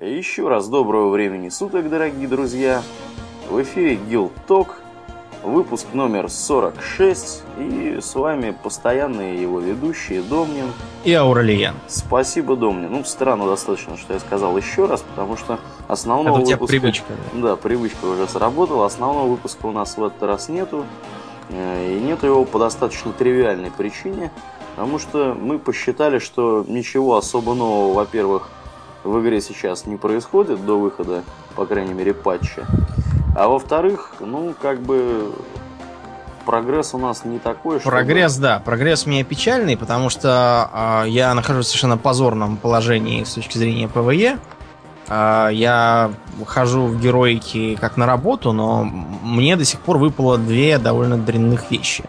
Еще раз доброго времени суток, дорогие друзья. В эфире Guild Talk, выпуск номер 46. И с вами постоянные его ведущие Домнин и Аурелиен. Спасибо, Домнин. Ну, странно достаточно, что я сказал еще раз, потому что основного это у тебя выпуска... привычка. Да, привычка уже сработала. Основного выпуска у нас в этот раз нету. И нету его по достаточно тривиальной причине. Потому что мы посчитали, что ничего особо нового, во-первых, в игре сейчас не происходит до выхода, по крайней мере, патча. А во-вторых, прогресс у нас не такой, что... Прогресс у меня печальный, потому что я нахожусь в совершенно позорном положении с точки зрения ПВЕ. Я хожу в героике как на работу, но мне до сих пор выпало две довольно дрянных вещи.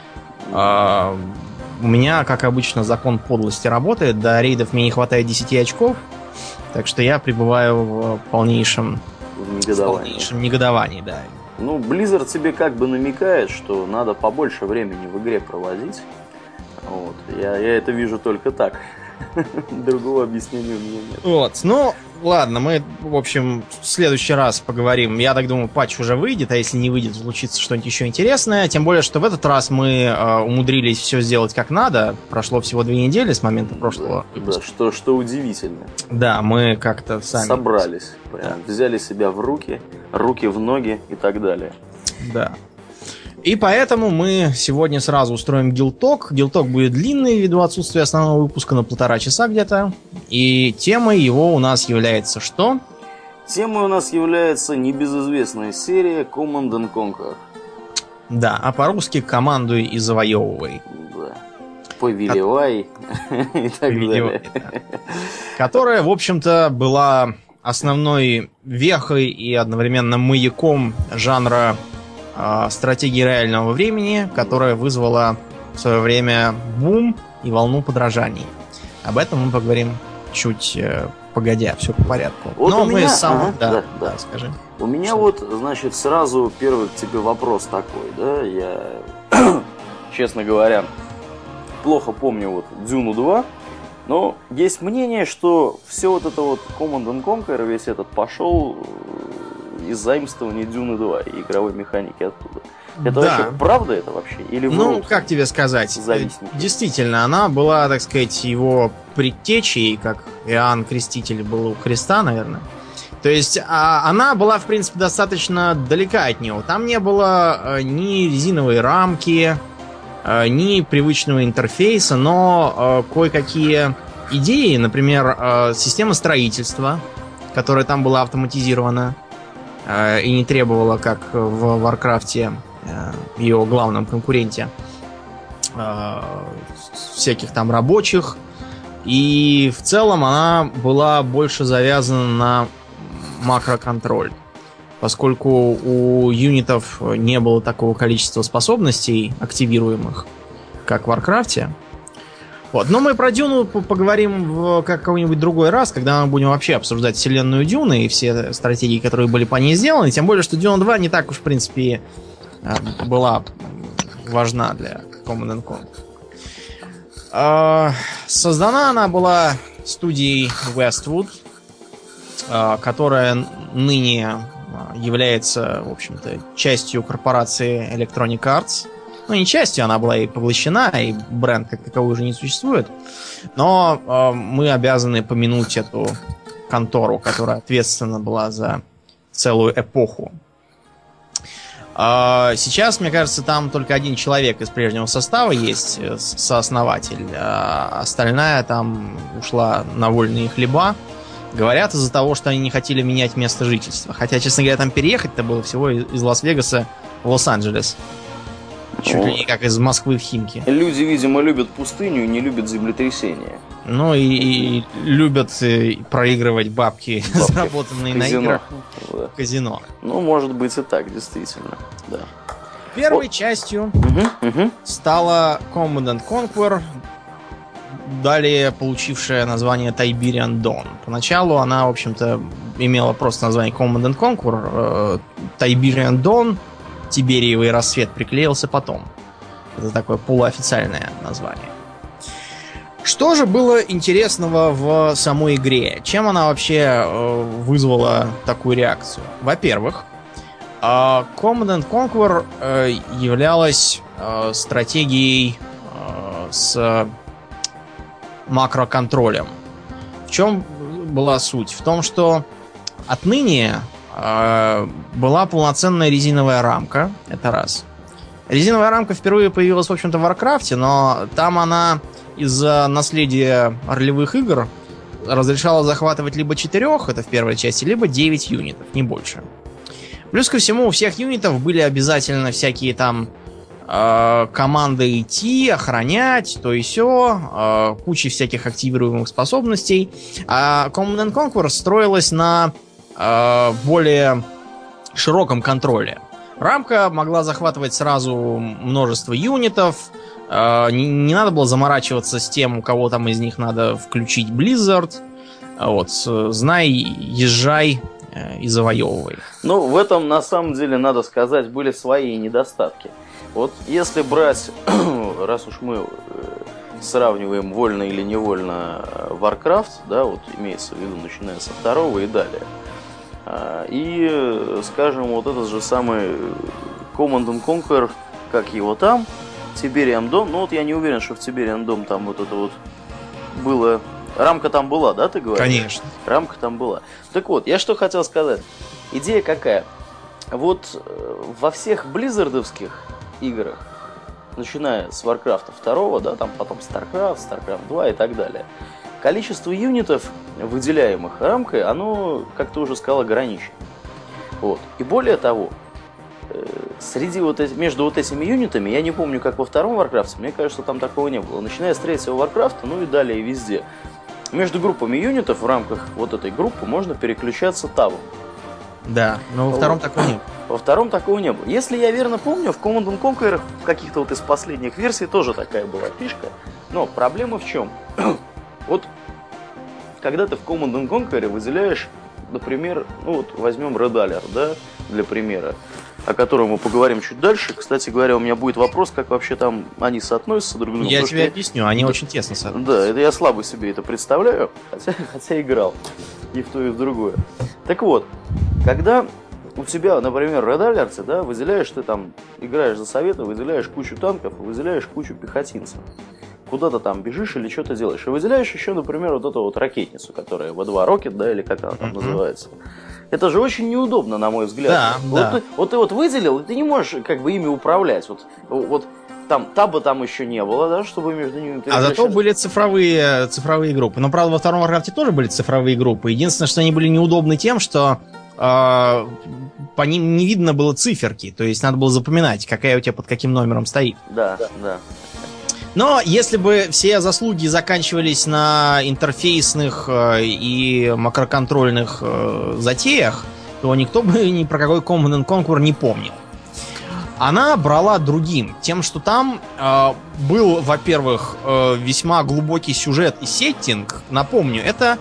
У меня, как обычно, закон подлости работает. До рейдов мне не хватает 10 очков. Так что я пребываю в полнейшем негодовании, да. Ну, Blizzard тебе как бы намекает, что надо побольше времени в игре проводить. Вот. Я это вижу только так. Другого объяснения у меня нет. Вот, ну, ладно, мы, в общем, в следующий раз поговорим. Я так думаю, патч уже выйдет, а если не выйдет, случится что-нибудь еще интересное. Тем более, что в этот раз мы умудрились все сделать как надо. Прошло всего 2 недели с момента прошлого выпуска. Да, что удивительно. Да, мы как-то сами... собрались, прям, взяли себя в руки в ноги и так далее. Да. И поэтому мы сегодня сразу устроим Guild Talk. Guild Talk будет длинный ввиду отсутствия основного выпуска на 1,5 часа где-то. И темой его у нас является что? Темой у нас является небезызвестная серия Command & Conquer. Да, а по-русски «Командуй и завоевывай». Да. Повелевай и так далее. Которая, в общем-то, была основной вехой и одновременно маяком жанра стратегии реального времени, которая вызвала в свое время бум и волну подражаний. Об этом мы поговорим чуть погодя, все по порядку. Вот но у мы меня... сам... Да, скажи. У меня что? вот, значит, сразу первый к тебе вопрос такой, да, я, честно говоря, плохо помню вот Дюну 2, но есть мнение, что все вот это вот Command & Conquer, весь этот пошел из заимствования Дюны 2 и игровой механики оттуда. Это вообще правда это вообще? Или ну, как тебе сказать? Завистники? Действительно, она была, так сказать, его предтечей, как Иоанн Креститель был у Христа, наверное. То есть она была, в принципе, достаточно далека от него. Там не было ни резиновой рамки, ни привычного интерфейса, но кое-какие идеи, например, система строительства, которая там была автоматизирована и не требовала, как в Варкрафте, ее главном конкуренте, всяких там рабочих. И в целом она была больше завязана на макроконтроль, поскольку у юнитов не было такого количества способностей активируемых, как в Варкрафте. Вот. Но мы про Дюну поговорим в какой-нибудь другой раз, когда мы будем вообще обсуждать вселенную Дюны и все стратегии, которые были по ней сделаны. Тем более, что Дюна 2 не так уж, в принципе, была важна для Command & Conquer. Создана она была студией Westwood, которая ныне является, в общем-то, частью корпорации Electronic Arts. Ну, не частью, она была и поглощена, и бренд как таковой уже не существует. Но мы обязаны помянуть эту контору, которая ответственна была за целую эпоху. Сейчас, мне кажется, там только один человек из прежнего состава есть, сооснователь. А остальная там ушла на вольные хлеба. Говорят, из-за того, что они не хотели менять место жительства. Хотя, честно говоря, там переехать-то было всего из Лас-Вегаса в Лос-Анджелес. Чуть ли не как из Москвы в Химки. Люди, видимо, любят пустыню и не любят землетрясения. Ну и любят проигрывать бабки, заработанные на играх в казино. Ну, может быть и так, действительно. Да. Первой частью стала Command & Conquer, далее получившая название Tiberian Dawn. Поначалу она, в общем-то, имела просто название Command & Conquer. Tiberian Dawn, Тибериевый рассвет, приклеился потом. Это такое полуофициальное название. Что же было интересного в самой игре? Чем она вообще вызвала такую реакцию? Во-первых, Command and Conquer являлась стратегией с макроконтролем. В чем была суть? В том, что отныне была полноценная резиновая рамка. Это раз. Резиновая рамка впервые появилась, в общем-то, в Warcraft, но там она из-за наследия ролевых игр разрешала захватывать либо 4, это в первой части, либо 9 юнитов, не больше. Плюс ко всему, у всех юнитов были обязательно всякие там команды идти, охранять, то и сё, куча всяких активируемых способностей. А Command and Conquer строилась на более широком контроле. Рамка могла захватывать сразу множество юнитов. Не надо было заморачиваться с тем, у кого там из них надо включить Blizzard. Вот, знай, езжай и завоевывай. Ну, в этом, на самом деле, надо сказать, были свои недостатки. Вот если брать, раз уж мы сравниваем вольно или невольно Warcraft, да, вот имеется в виду, начиная со 2 и далее, и, скажем, вот этот же самый Command and Conquer, как его там, Tiberium Dome, ну вот я не уверен, что в Tiberium Dome там вот это вот было... Рамка там была, да, ты говоришь? Конечно. Рамка там была. Так вот, я что хотел сказать. Идея какая? Вот во всех близзардовских играх, начиная с Warcraft 2, да, там потом StarCraft, StarCraft 2 и так далее, количество юнитов, выделяемых рамкой, оно, как ты уже сказал, ограничено. Вот. И более того, среди между вот этими юнитами, я не помню, как во втором Warcraft, мне кажется, там такого не было. Начиная с 3-го Warcraft, ну и далее везде. Между группами юнитов в рамках вот этой группы можно переключаться табом. Да, но во втором такого не было. Во втором такого не было. Если я верно помню, в Command and Conquer в каких-то вот из последних версий тоже такая была фишка. Но проблема в чем? Вот когда ты в Command and Conquer выделяешь, например, ну вот возьмем Red Alert, да, для примера, о котором мы поговорим чуть дальше. Кстати говоря, у меня будет вопрос, как вообще там они соотносятся друг к другу. Я тебе объясню, они очень тесно соотносятся. Да, это я слабо себе это представляю, хотя играл и в то, и в другое. Так вот, когда у тебя, например, Red Alert, да, выделяешь, ты там играешь за советы, выделяешь кучу танков, выделяешь кучу пехотинцев. Куда-то там бежишь или что-то делаешь. И выделяешь еще, например, вот эту вот ракетницу, которая V2 Rocket, да, или как она там называется. Это же очень неудобно, на мой взгляд. Да, вот, да. Ты вот выделил, и ты не можешь как бы ими управлять. Вот там таба там еще не было, да, чтобы между ними переключаться. А зато были цифровые группы. Но, правда, во втором Warcraft тоже были цифровые группы. Единственное, что они были неудобны тем, что по ним не видно было циферки. То есть надо было запоминать, какая у тебя под каким номером стоит. Да, да. Но если бы все заслуги заканчивались на интерфейсных и макроконтрольных затеях, то никто бы ни про какой Command and Conquer не помнил. Она брала другим. Тем, что там был, во-первых, весьма глубокий сюжет и сеттинг. Напомню, это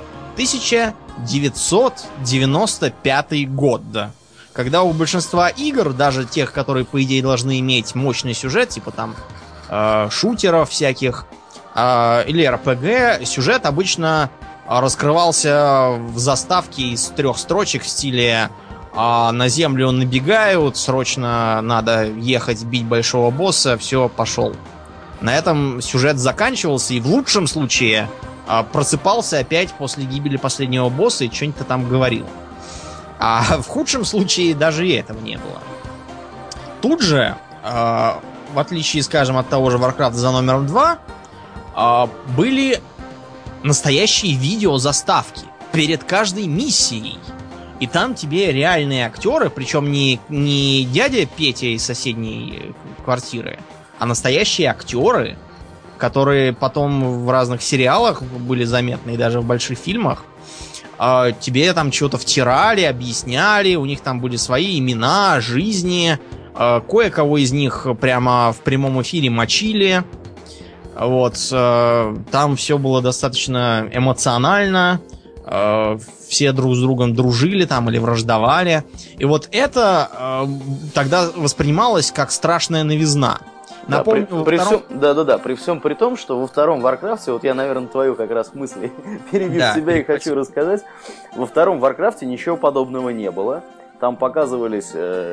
1995 год. Когда у большинства игр, даже тех, которые, по идее, должны иметь мощный сюжет, типа там шутеров всяких или РПГ, сюжет обычно раскрывался в заставке из 3 строчек в стиле на землю набегают, срочно надо ехать бить большого босса, все, пошел. На этом сюжет заканчивался и в лучшем случае просыпался опять после гибели последнего босса и что-нибудь там говорил. А в худшем случае даже и этого не было. Тут же в отличие, скажем, от того же Warcraft за номером 2, были настоящие видеозаставки перед каждой миссией. И там тебе реальные актеры, причем не дядя Петя из соседней квартиры, а настоящие актеры, которые потом в разных сериалах были заметны, и даже в больших фильмах, тебе там что-то втирали, объясняли, у них там были свои имена, жизни. Кое-кого из них прямо в прямом эфире мочили. Вот. Там все было достаточно эмоционально. Все друг с другом дружили там или враждовали. И вот это тогда воспринималось как страшная новизна. Напомню, при всем при том, что во втором Варкрафте, вот я, наверное, твою как раз мысли перебив себя и хочу рассказать, во втором Варкрафте ничего подобного не было. Там показывались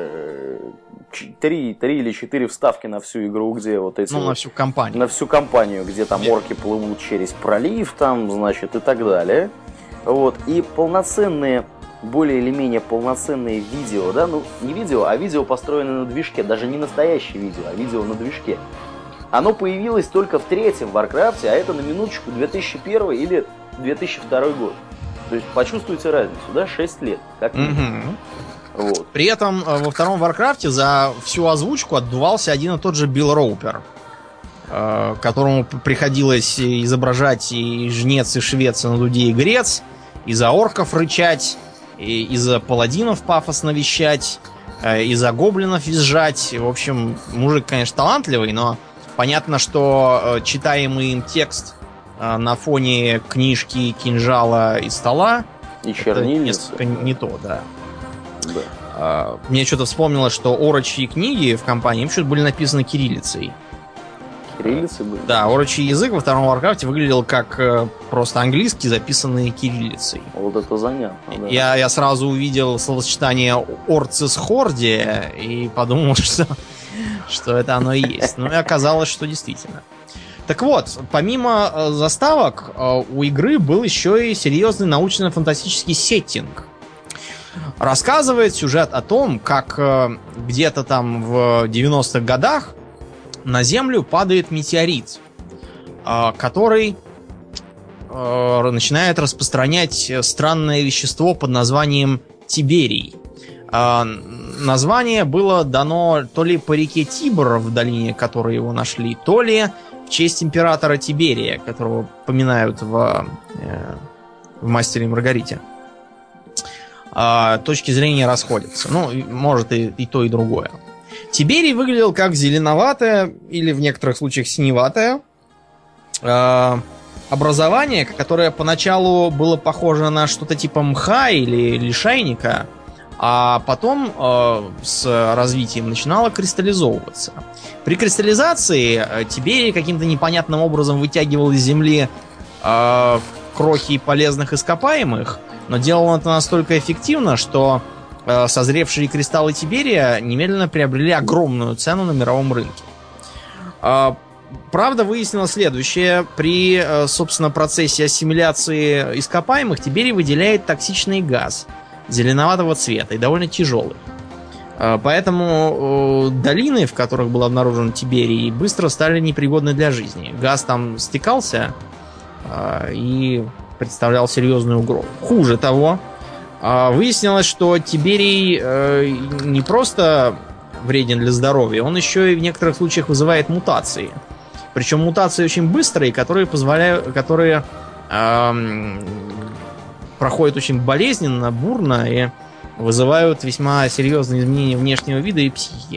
3 или 4 вставки на всю игру, где вот эти... на всю кампанию. На всю кампанию, где там орки плывут через пролив, там, значит, и так далее. Вот. И полноценные, более или менее полноценные видео, да, ну, не видео, а видео, построенное на движке. Даже не настоящее видео, а видео на движке. Оно появилось только в третьем Варкрафте, а это, на минуточку, 2001 или 2002 год. То есть почувствуйте разницу, да, 6 лет, как минимум. Вот. При этом во втором Варкрафте за всю озвучку отдувался один и тот же Билл Роупер, которому приходилось изображать и жнец, и швец, и на дуде, и грец, и за орков рычать, и за паладинов пафосно вещать, и за гоблинов визжать. В общем, мужик, конечно, талантливый, но понятно, что читаемый им текст на фоне книжки, кинжала и стола и чернильницы несколько не то, да. Мне что-то вспомнилось, что орочьи книги в компании почему-то были написаны кириллицей. Кириллицы были? Да, орочий язык во втором Варкрафте выглядел как просто английский, записанный кириллицей. Вот это занятно, да. Я сразу увидел словосочетание «орцис хорде» и подумал, что это оно и есть. Ну и оказалось, что действительно. Так вот, помимо заставок, у игры был еще и серьезный научно-фантастический сеттинг. Рассказывает сюжет о том, как где-то там в 90-х годах на Землю падает метеорит, который начинает распространять странное вещество под названием Тиберий. Название было дано то ли по реке Тибр, в долине которой его нашли, то ли в честь императора Тиберия, которого поминают в «Мастере и Маргарите». Точки зрения расходятся. Ну, может и то, и другое. Тиберий выглядел как зеленоватое, или в некоторых случаях синеватое образование, которое поначалу было похоже на что-то типа мха или лишайника, а потом с развитием начинало кристаллизовываться. При кристаллизации Тиберий каким-то непонятным образом вытягивал из земли крохи полезных ископаемых, но делал он это настолько эффективно, что созревшие кристаллы Тиберия немедленно приобрели огромную цену на мировом рынке. Правда, выяснилось следующее. При, собственно, процессе ассимиляции ископаемых Тиберий выделяет токсичный газ зеленоватого цвета и довольно тяжелый. Поэтому долины, в которых был обнаружен Тиберий, быстро стали непригодны для жизни. Газ там стекался и представлял серьезную угрозу. Хуже того, выяснилось, что Тиберий не просто вреден для здоровья, он еще и в некоторых случаях вызывает мутации. Причем мутации очень быстрые, которые проходят очень болезненно, бурно и вызывают весьма серьезные изменения внешнего вида и психики.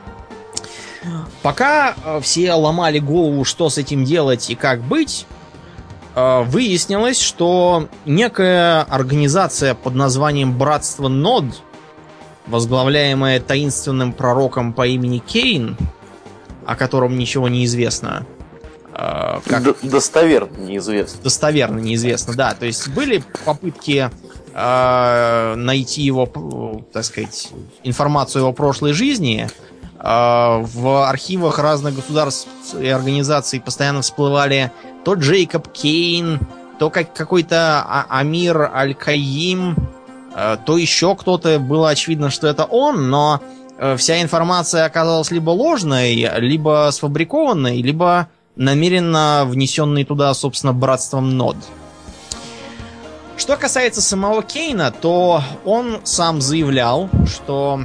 Пока все ломали голову, что с этим делать и как быть, выяснилось, что некая организация под названием Братство Нод, возглавляемая таинственным пророком по имени Кейн, о котором ничего не известно. Достоверно неизвестно. Достоверно неизвестно, да. То есть были попытки найти его, так сказать, информацию о его прошлой жизни. В архивах разных государств и организаций постоянно всплывали то Джейкоб Кейн, то какой-то Амир Аль-Каим, то еще кто-то. Было очевидно, что это он, но вся информация оказалась либо ложной, либо сфабрикованной, либо намеренно внесенной туда, собственно, братством Нод. Что касается самого Кейна, то он сам заявлял, что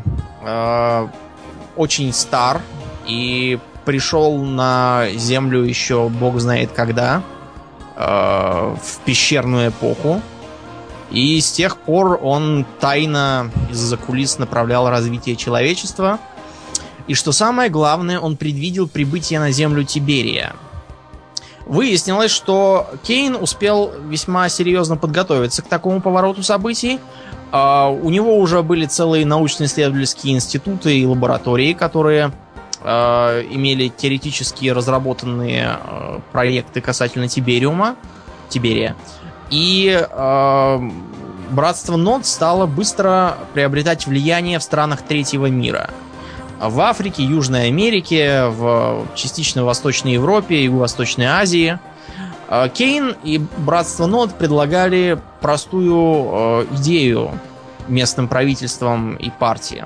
очень стар и пришел на Землю еще бог знает когда, в пещерную эпоху. И с тех пор он тайно из-за кулис направлял развитие человечества. И что самое главное, он предвидел прибытие на Землю Тиберия. Выяснилось, что Кейн успел весьма серьезно подготовиться к такому повороту событий. У него уже были целые научно-исследовательские институты и лаборатории, которые имели теоретически разработанные проекты касательно Тиберия. И Братство Нод стало быстро приобретать влияние в странах третьего мира. В Африке, Южной Америке, в частично Восточной Европе, Юго-Восточной Азии. Кейн и Братство Нод предлагали простую идею местным правительствам и партиям.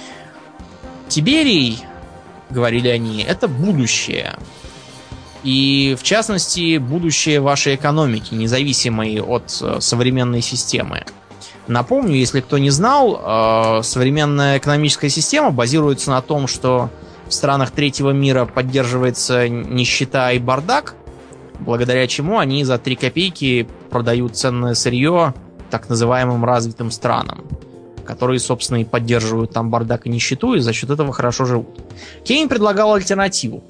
Тиберий, говорили они, это будущее. И, в частности, будущее вашей экономики, независимой от современной системы. Напомню, если кто не знал, современная экономическая система базируется на том, что в странах третьего мира поддерживается нищета и бардак, благодаря чему они за 3 копейки продают ценное сырье так называемым развитым странам, которые, собственно, и поддерживают там бардак и нищету, и за счет этого хорошо живут. Кейн предлагал альтернативу.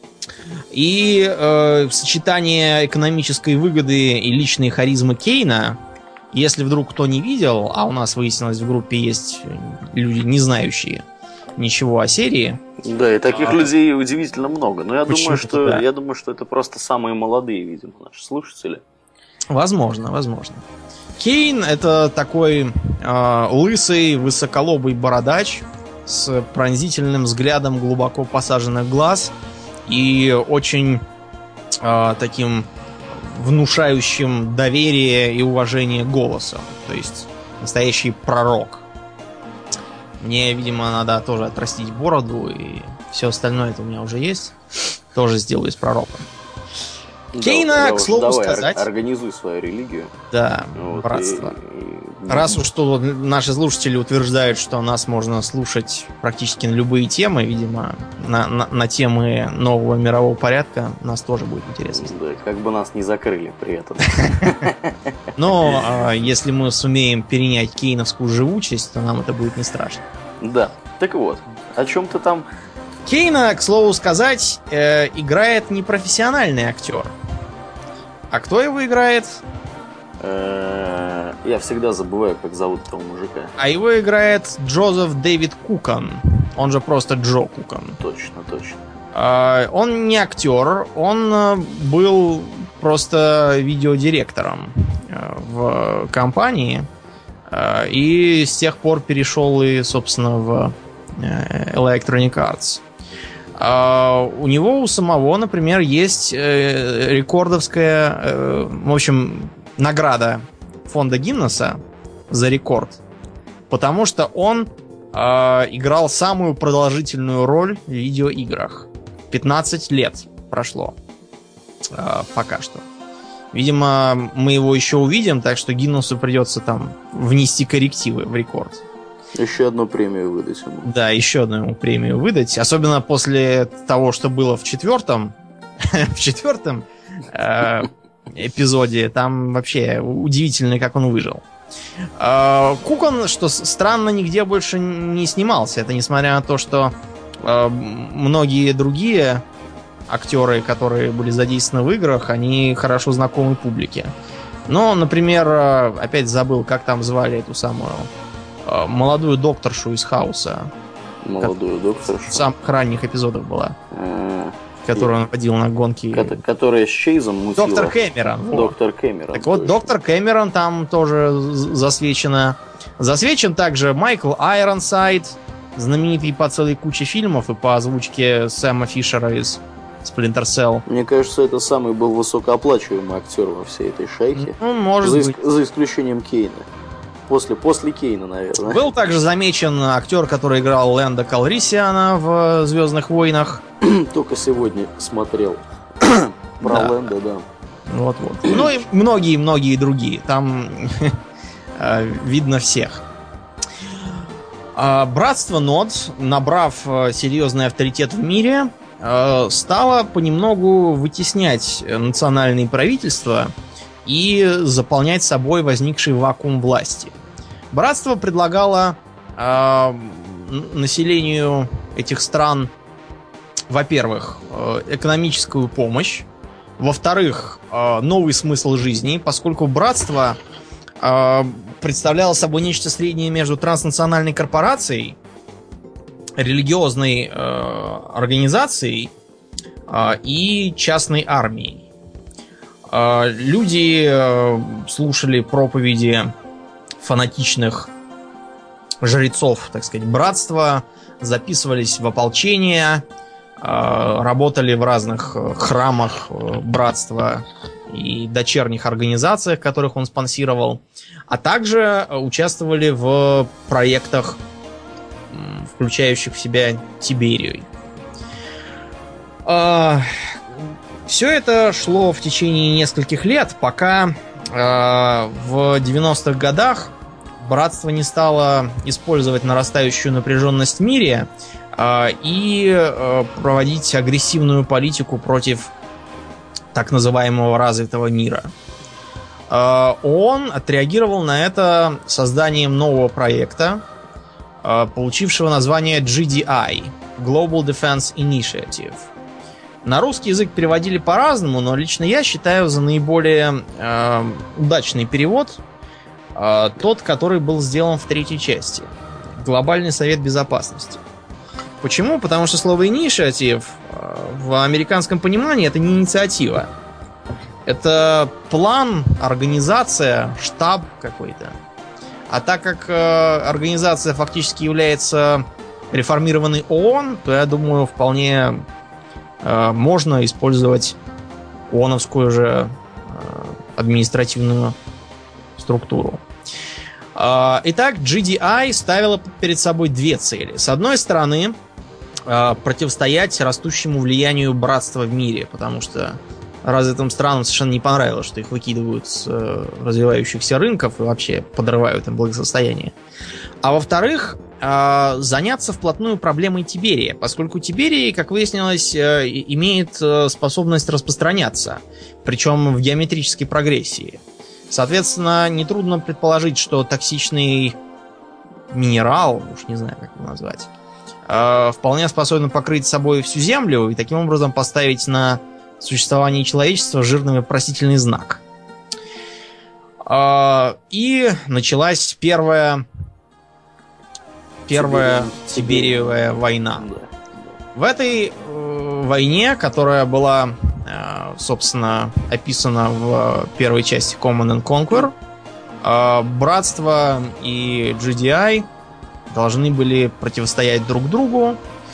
И сочетание экономической выгоды и личной харизмы Кейна, если вдруг кто не видел, а у нас выяснилось в группе есть люди, не знающие ничего о серии. Да, и таких людей удивительно много. Но я думаю, что это просто самые молодые, видимо, наши слушатели. Возможно. Кейн — это такой лысый, высоколобый бородач с пронзительным взглядом глубоко посаженных глаз и очень таким внушающим доверие и уважение голосом. То есть настоящий пророк. Мне, видимо, надо тоже отрастить бороду, и все остальное это у меня уже есть. Тоже сделаюсь пророком. Кейна, к слову сказать... Организуй свою религию. Да, вот, братство. Раз уж что наши слушатели утверждают, что нас можно слушать практически на любые темы, видимо, на темы нового мирового порядка нас тоже будет интересно. Да, как бы нас не закрыли при этом. Но если мы сумеем перенять кейновскую живучесть, то нам это будет не страшно. Да, так вот, о чем ты там... Кейна, к слову сказать, играет непрофессиональный актер. А кто его играет? Я всегда забываю, как зовут этого мужика. А его играет Джозеф Дэвид Кукан. Он же просто Джо Кукан. Точно. Он не актер, он был просто видеодиректором в компании. И с тех пор перешел и, собственно, в Electronic Arts. У него у самого, например, есть рекордовская, в общем, награда фонда Гиннесса за рекорд, потому что он играл самую продолжительную роль в видеоиграх. 15 лет прошло пока что. Видимо, мы его еще увидим, так что Гиннесу придется там внести коррективы в рекорд. Еще одну премию выдать ему. Да, еще одну ему премию выдать. Особенно после того, что было в четвертом эпизоде. Там вообще удивительно, как он выжил. Кукан, что странно, нигде больше не снимался. Это несмотря на то, что многие другие актеры, которые были задействованы в играх, они хорошо знакомы публике. Но, например, опять забыл, как там звали эту самую молодую докторшу из Хауса. Молодую докторшу? В самых ранних эпизодах была. Которую он водил на гонки. Которая с Чейзом мутила. Доктор Кэмерон. Доктор Кэмерон. Так вот, доктор Кэмерон там тоже засвечена. Засвечен также Майкл Айронсайд, знаменитый по целой куче фильмов и по озвучке Сэма Фишера из Splinter Cell. Мне кажется, это самый был высокооплачиваемый актер во всей этой шайке. Ну, может быть. За исключением Кейна. После Кейна, наверное. Был также замечен актер, который играл Лэнда Калрисиана в «Звездных войнах». Только сегодня смотрел про Лэнда, да. Вот-вот. Ну и многие-многие другие. Там видно всех. Братство Нод, набрав серьезный авторитет в мире, стало понемногу вытеснять национальные правительства и заполнять собой возникший вакуум власти. Братство предлагало населению этих стран, во-первых, экономическую помощь, во-вторых, новый смысл жизни, поскольку братство представляло собой нечто среднее между транснациональной корпорацией религиозной организацией и частной армией. Люди слушали проповеди фанатичных жрецов, так сказать, братства, записывались в ополчение, работали в разных храмах братства и дочерних организациях, которых он спонсировал, а также участвовали в проектах, включающих в себя Тиберию. Все это шло в течение нескольких лет, пока в 90-х годах братство не стало использовать нарастающую напряженность в мире и проводить агрессивную политику против так называемого развитого мира. ООН отреагировал на это созданием нового проекта, получившего название GDI – Global Defense Initiative. На русский язык переводили по-разному, но лично я считаю за наиболее удачный перевод тот, который был сделан в третьей части. Глобальный совет безопасности. Почему? Потому что слово initiative в американском понимании это не инициатива. Это план, организация, штаб какой-то. А так как организация фактически является реформированной ООН, то я думаю, вполне можно использовать ООНовскую же административную структуру. Итак, GDI ставила перед собой две цели. С одной стороны, противостоять растущему влиянию братства в мире, потому что развитым странам совершенно не понравилось, что их выкидывают с развивающихся рынков и вообще подрывают им благосостояние. А во-вторых, заняться вплотную проблемой Тиберия, поскольку Тиберий, как выяснилось, имеет способность распространяться, причем в геометрической прогрессии. Соответственно, нетрудно предположить, что токсичный минерал, уж не знаю, как его назвать, вполне способен покрыть собой всю Землю и таким образом поставить на существование человечества жирный вопросительный знак. И началась первая Тибериевая война. В этой войне, которая была, собственно, описана в первой части Command and Conquer, Братство и GDI должны были противостоять друг другу.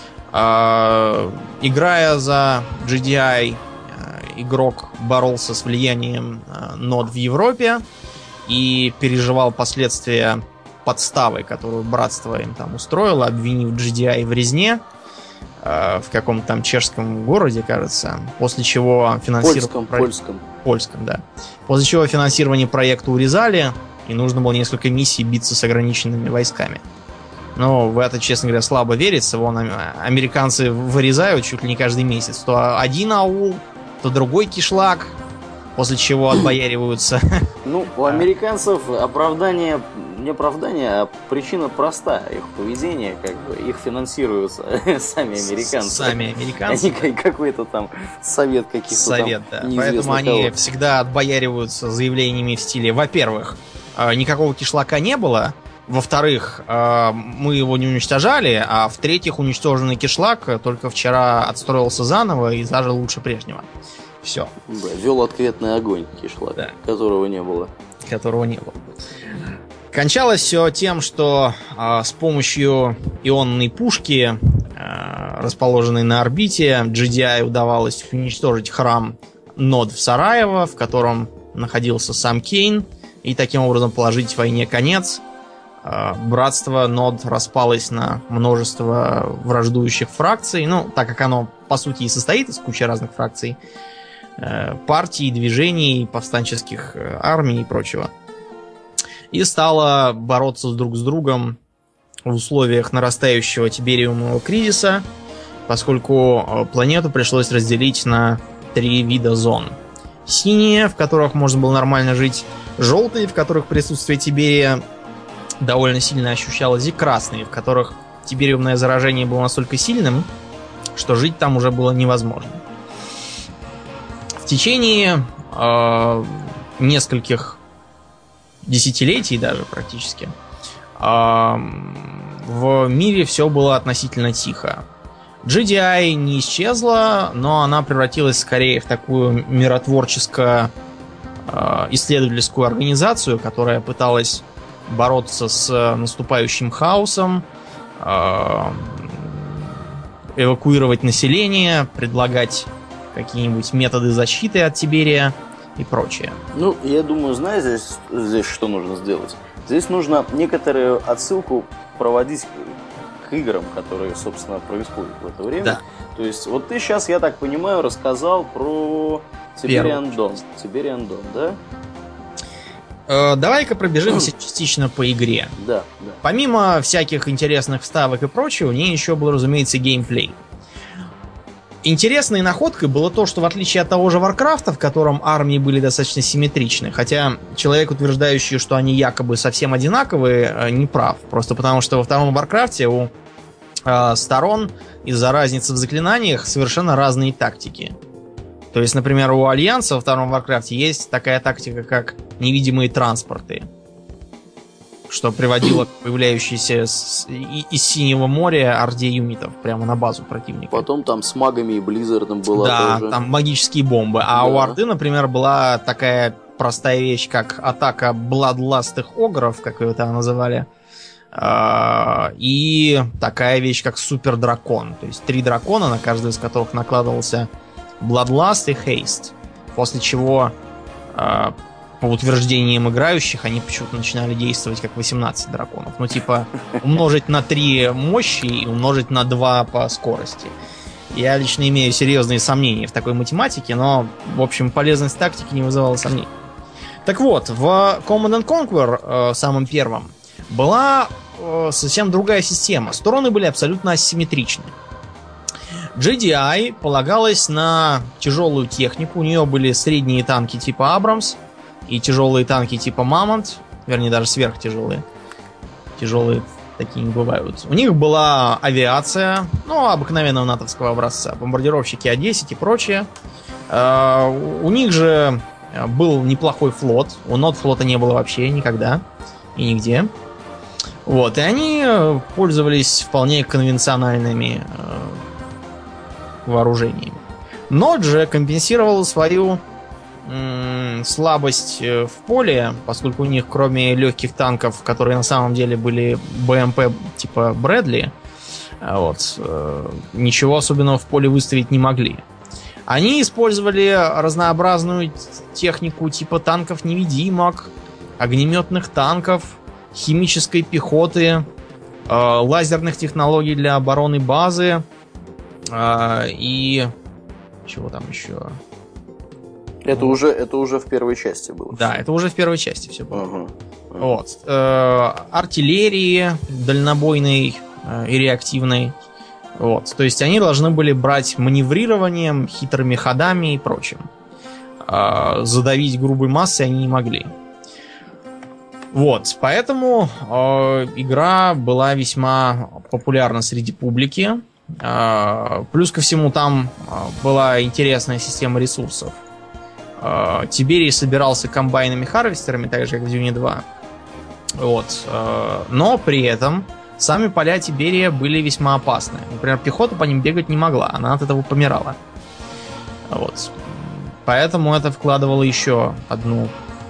Играя за GDI, игрок боролся с влиянием нод в Европе и переживал последствия подставы, которую братство им там устроило, обвинив GDI в резне в каком-то там чешском городе, кажется, после чего Польском, да. После чего финансирование проекта урезали, и нужно было несколько миссий биться с ограниченными войсками. Но в это, честно говоря, слабо верится. Вон американцы вырезают чуть ли не каждый месяц. То один аул, то другой кишлак, после чего отбояриваются. Ну, у американцев оправдание, не оправдание, а причина проста. Их поведение, как бы, их финансируют сами американцы. Сами американцы. А не какой-то там совет каких-то совет, там, да. Поэтому они всегда отбояриваются заявлениями в стиле: во-первых, никакого кишлака не было. Во-вторых, мы его не уничтожали. А в-третьих, уничтоженный кишлак только вчера отстроился заново и зажил лучше прежнего. Все. Да, вел ответный огонь кишлак, да. Которого не было. Кончалось все тем, что с помощью ионной пушки, расположенной на орбите, GDI удавалось уничтожить храм Нод в Сараево, в котором находился сам Кейн, и таким образом положить войне конец. Братство Нод распалось на множество враждующих фракций. Ну, так как оно, по сути, и состоит из кучи разных фракций, партий, движений, повстанческих армий и прочего. И стало бороться друг с другом в условиях нарастающего тибериумного кризиса, поскольку планету пришлось разделить на 3 вида зон. Синие, в которых можно было нормально жить, желтые, в которых присутствие Тиберия довольно сильно ощущалось, и красные, в которых тибериумное заражение было настолько сильным, что жить там уже было невозможно. В течение нескольких десятилетий даже практически в мире все было относительно тихо. GDI не исчезла, но она превратилась скорее в такую миротворческо-исследовательскую организацию, которая пыталась бороться с наступающим хаосом, эвакуировать население, предлагать какие-нибудь методы защиты от Тиберия и прочее. Ну, я думаю, знаешь, здесь что нужно сделать? Здесь нужно некоторую отсылку проводить к играм, которые, собственно, происходят в это время. Да. То есть, вот ты сейчас, я так понимаю, рассказал про Tiberian Dawn. Tiberian Dawn, да? Давай-ка пробежимся частично по игре. Да, да. Помимо всяких интересных вставок и прочего, у нее еще был, разумеется, геймплей. Интересной находкой было то, что в отличие от того же Варкрафта, в котором армии были достаточно симметричны, хотя человек, утверждающий, что они якобы совсем одинаковые, не прав. Просто потому, что во втором Варкрафте у сторон из-за разницы в заклинаниях совершенно разные тактики. То есть, например, у Альянса во втором Варкрафте есть такая тактика, как невидимые транспорты, что приводило к появляющейся из Синего моря орде юнитов прямо на базу противника. Потом там с магами и Близзардом была да, тоже. там магические бомбы. А да. У Орды, например, была такая простая вещь, как атака бладластых огров, как ее там называли, и такая вещь, как супердракон. То есть 3 дракона, на каждого из которых накладывался Bloodlust и Haste. После чего, по утверждениям играющих, они почему-то начинали действовать как 18 драконов. Ну, типа, умножить на 3 мощи и умножить на 2 по скорости. Я лично имею серьезные сомнения в такой математике, но, в общем, полезность тактики не вызывала сомнений. Так вот, в Command & Conquer, самым первым, была совсем другая система. Стороны были абсолютно асимметричны. GDI полагалась на тяжелую технику. У нее были средние танки типа Абрамс и тяжелые танки типа Мамонт. Вернее, даже сверхтяжелые. Тяжелые такие не бывают. У них была авиация, ну, обыкновенного натовского образца. Бомбардировщики А-10 и прочее. У них же был неплохой флот. У нот флота не было вообще никогда и нигде. Вот, и они пользовались вполне конвенциональными вооружениями. Нот же компенсировал свою слабость в поле, поскольку у них, кроме легких танков, которые на самом деле были БМП типа Брэдли, вот, ничего особенного в поле выставить не могли. Они использовали разнообразную технику типа танков-невидимок, огнеметных танков, химической пехоты, лазерных технологий для обороны базы и чего там еще? Это уже в первой части было. Да, это уже в первой части все было. Вот. Артиллерии дальнобойной и реактивной. Вот. То есть они должны были брать маневрированием, хитрыми ходами и прочим. Задавить грубой массой они не могли. Вот. Поэтому игра была весьма популярна среди публики. Плюс ко всему там была интересная система ресурсов. Тиберий собирался комбайнами-харвестерами, так же как в Дюне 2. Вот. Но при этом сами поля Тиберия были весьма опасны. Например, пехота по ним бегать не могла, она от этого помирала. Вот. Поэтому это вкладывало еще одну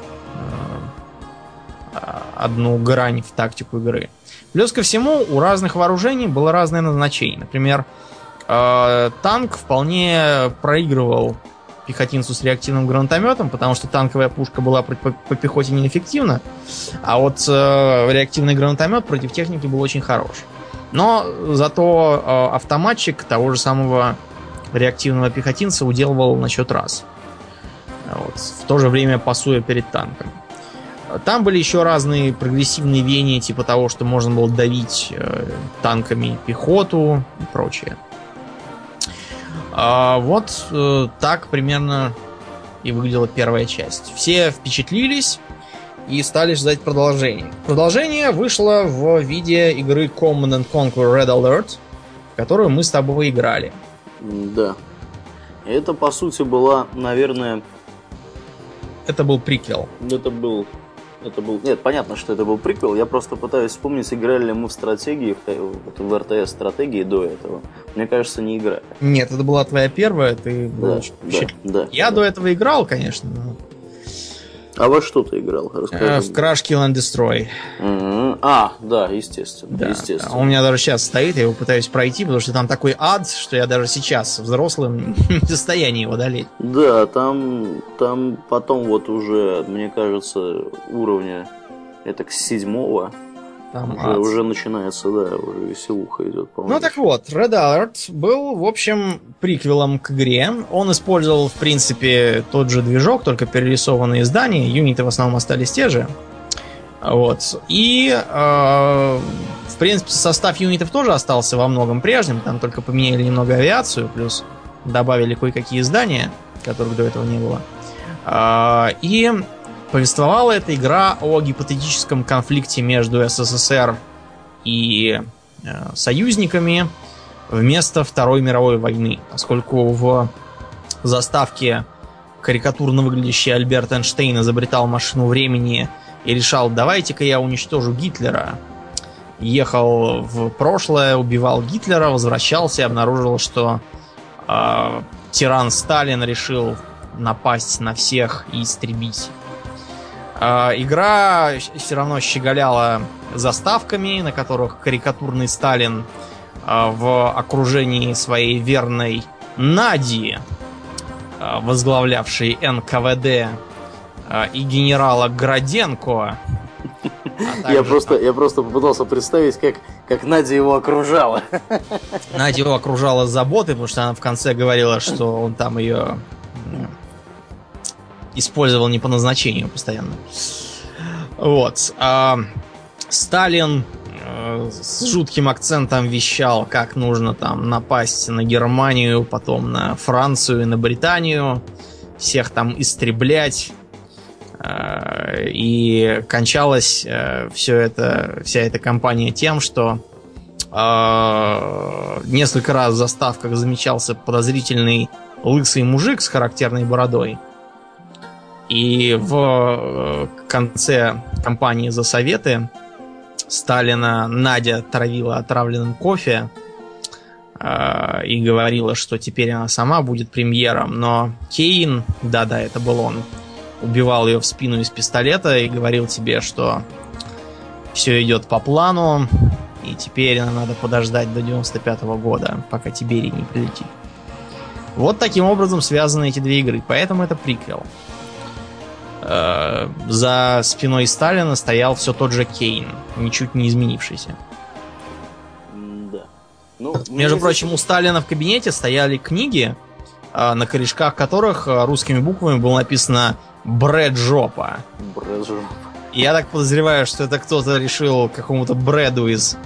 грань в тактику игры. Плюс ко всему, у разных вооружений было разное назначение. Например, танк вполне проигрывал пехотинцу с реактивным гранатометом, потому что танковая пушка была по пехоте неэффективна, а вот реактивный гранатомет против техники был очень хорош. Но зато автоматчик того же самого реактивного пехотинца уделывал на счет раз. Вот, в то же время пасуя перед танком. Там были еще разные прогрессивные веяния, типа того, что можно было давить танками пехоту и прочее. Вот так примерно и выглядела первая часть. Все впечатлились и стали ждать продолжения. Продолжение вышло в виде игры Command & Conquer Red Alert, в которую мы с тобой играли. Да. Это, по сути, была, наверное... Это был приквел. Это был Это был... Нет, понятно, что это был приквел. Я просто пытаюсь вспомнить, играли ли мы в стратегии, в РТС-стратегии до этого. Мне кажется, не играли. Нет, это была твоя первая, ты был да. Я до этого играл, конечно. Но... А во что ты играл? Расскажи. В Crash Kill and Destroy. Да, естественно. Да. Естественно. У меня даже сейчас стоит, я его пытаюсь пройти, потому что там такой ад, что я даже сейчас взрослым не в состоянии его одолеть. Да, там потом вот уже, мне кажется, уровня к 7-го уже начинается, да, уже веселуха идет. Ну так вот, Red Alert был, в общем, приквелом к игре. Он использовал, в принципе, тот же движок, только перерисованные издания. Юниты в основном остались те же. Вот. И, в принципе, состав юнитов тоже остался во многом прежним. Там только поменяли немного авиацию, плюс добавили кое-какие издания, которых до этого не было. И повествовала эта игра о гипотетическом конфликте между СССР и союзниками вместо Второй мировой войны, поскольку в заставке карикатурно выглядящий Альберт Эйнштейн изобретал машину времени и решал: давайте-ка я уничтожу Гитлера. Ехал в прошлое, убивал Гитлера, возвращался и обнаружил, что тиран Сталин решил напасть на всех и истребить. Игра все равно щеголяла заставками, на которых карикатурный Сталин в окружении своей верной Нади, возглавлявшей НКВД, и генерала Граденко. Я просто попытался представить, как Надя его окружала. Надя его окружала заботой, потому что она в конце говорила, что он там ее использовал не по назначению постоянно. Вот. Сталин с жутким акцентом вещал, как нужно там напасть на Германию, потом на Францию и на Британию, всех там истреблять. И кончалась вся эта кампания тем, что несколько раз в заставках замечался подозрительный лысый мужик с характерной бородой. И в конце кампании за Советы Сталина Надя травила отравленным кофе и говорила, что теперь она сама будет премьером. Но Кейн, да-да, это был он, убивал ее в спину из пистолета и говорил тебе, что все идет по плану, и теперь надо подождать до 95-го года, пока Тиберий не прилетит. Вот таким образом связаны эти две игры, поэтому это приквел. За спиной Сталина стоял все тот же Кейн, ничуть не изменившийся. Да. Между прочим, у Сталина в кабинете стояли книги, на корешках которых русскими буквами было написано «Брэд-жопа». Брэд-жопа. Я так подозреваю, что это кто-то решил какому-то Брэду из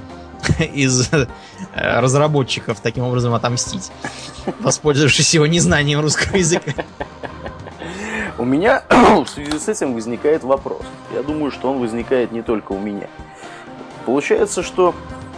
разработчиков таким образом отомстить, воспользовавшись его незнанием русского языка. У меня в связи с этим возникает вопрос. Я думаю, что он возникает не только у меня. Получается, что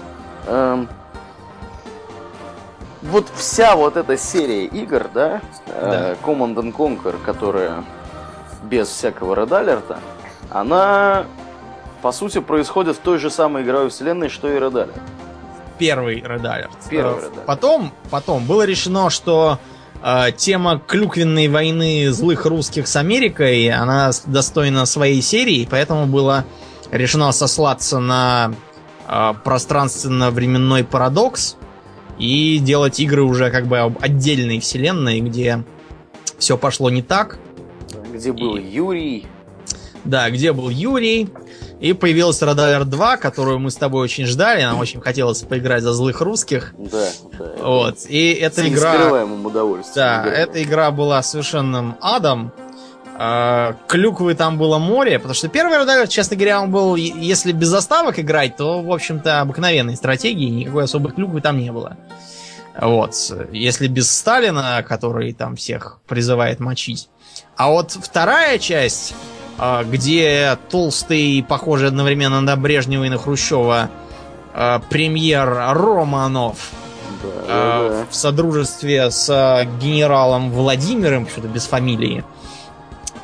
вот вся вот эта серия игр, да, Command & Conquer, которая без всякого Red Alert, она, по сути, происходит в той же самой игровой вселенной, что и Red Alert. Первый Red Alert. Потом было решено, что тема клюквенной войны злых русских с Америкой, она достойна своей серии, поэтому было решено сослаться на пространственно-временной парадокс и делать игры уже как бы отдельной вселенной, где все пошло не так. Где был Юрий. Да, где был Юрий. И появилась Red Alert 2, которую мы с тобой очень ждали. Нам очень хотелось поиграть за злых русских. Да. Вот. И эта игра... С нескрываемым удовольствием. Да, эта игра была совершенным адом. Клюквы там было море, потому что первый Red Alert, честно говоря, он был, если без заставок играть, то, в общем-то, обыкновенной стратегии, никакой особой клюквы там не было. Вот. Если без Сталина, который там всех призывает мочить. А вот вторая часть, где толстый, похожий одновременно на Брежнева и на Хрущева, премьер Романов в содружестве с генералом Владимиром, что-то без фамилии,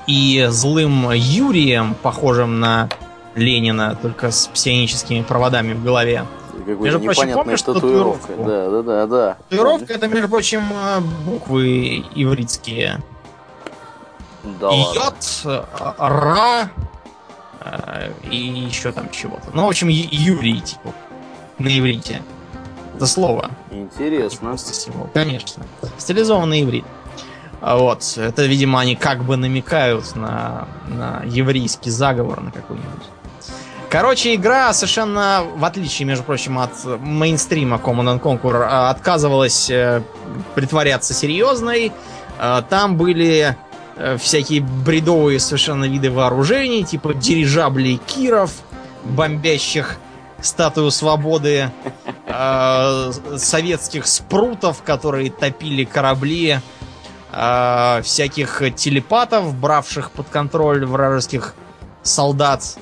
и злым Юрием, похожим на Ленина, только с псионическими проводами в голове. Между прочим, помнишь татуировку? Да. Татуировка — это, между прочим, буквы ивритские. Да Йод, Ра и еще там чего-то. Ну, в общем, Юрий, типа, на иврите. Это слово. Интересно. Конечно. Стилизованный иврит. Вот. Это, видимо, они как бы намекают на еврейский заговор на какой-нибудь. Короче, игра совершенно, в отличие, между прочим, от мейнстрима Command & Conquer, отказывалась притворяться серьезной. Там были всякие бредовые совершенно виды вооружений, типа дирижаблей Киров, бомбящих статую свободы, советских спрутов, которые топили корабли, всяких телепатов, бравших под контроль вражеских солдат,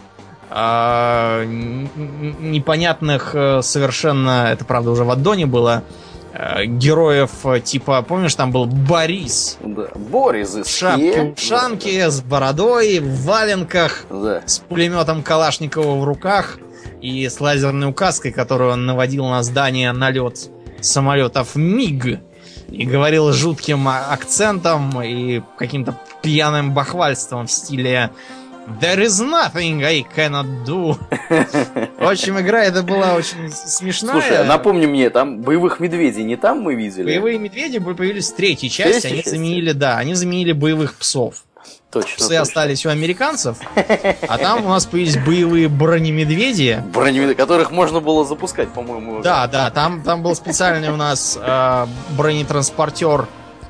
непонятных совершенно, это правда уже в аддоне было, героев типа, помнишь, там был Борис? Да, Борис из шапке-ушанке, да. С бородой, в валенках, да. С пулеметом Калашникова в руках и с лазерной указкой, которую он наводил на здание налет самолетов МиГ. И говорил жутким акцентом и каким-то пьяным бахвальством в стиле "There is nothing I cannot do". В общем, игра эта была очень смешная. Слушай, напомни мне, там боевых медведей не там мы видели? Боевые медведи появились в третьей части. Они заменили боевых псов. Точно. Псы остались у американцев, а там у нас появились боевые бронемедведи. Бронемедведи, которых можно было запускать, по-моему. Да, там был специальный у нас бронетранспортер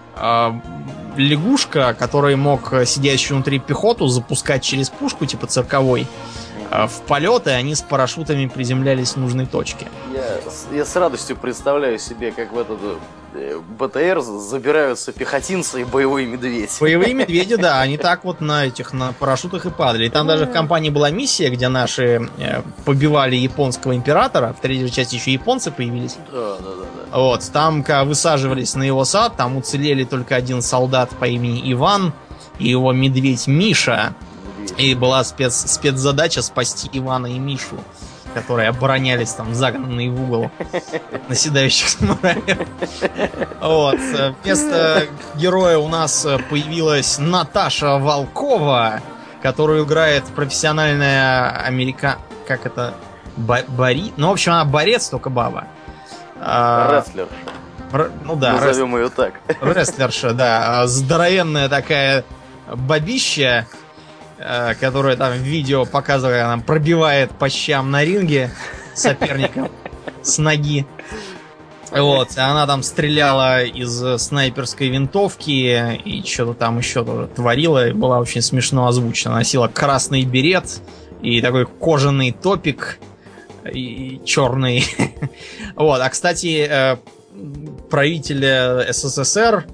лягушка, который мог сидящую внутри пехоту запускать через пушку, типа цирковой, в полет, и они с парашютами приземлялись в нужной точке. Я с радостью представляю себе, как в этот БТР забираются пехотинцы и боевые медведи. Боевые медведи, да, они так вот на парашютах и падали. И там даже в компании была миссия, где наши побивали японского императора. В третьей части еще японцы появились. Да. Вот, там, когда высаживались на его сад, там уцелели только один солдат по имени Иван и его медведь Миша. И была спецзадача спасти Ивана и Мишу, которые оборонялись там загнанные в угол от наседающих самураев. Вот. Вместо героя у нас появилась Наташа Волкова, которую играет профессиональная Как это? Ну, в общем, она борец, только баба. Рестлерша. Ну да. Назовем ее так. Рестлерша, да. Здоровенная такая бабища, которая там в видео показывает, она пробивает по щам на ринге соперников с ноги. Вот, она там стреляла из снайперской винтовки и что-то там еще тоже творила, и была очень смешно озвучена. Носила красный берет и такой кожаный топик и черный. Вот, а кстати, правителя СССР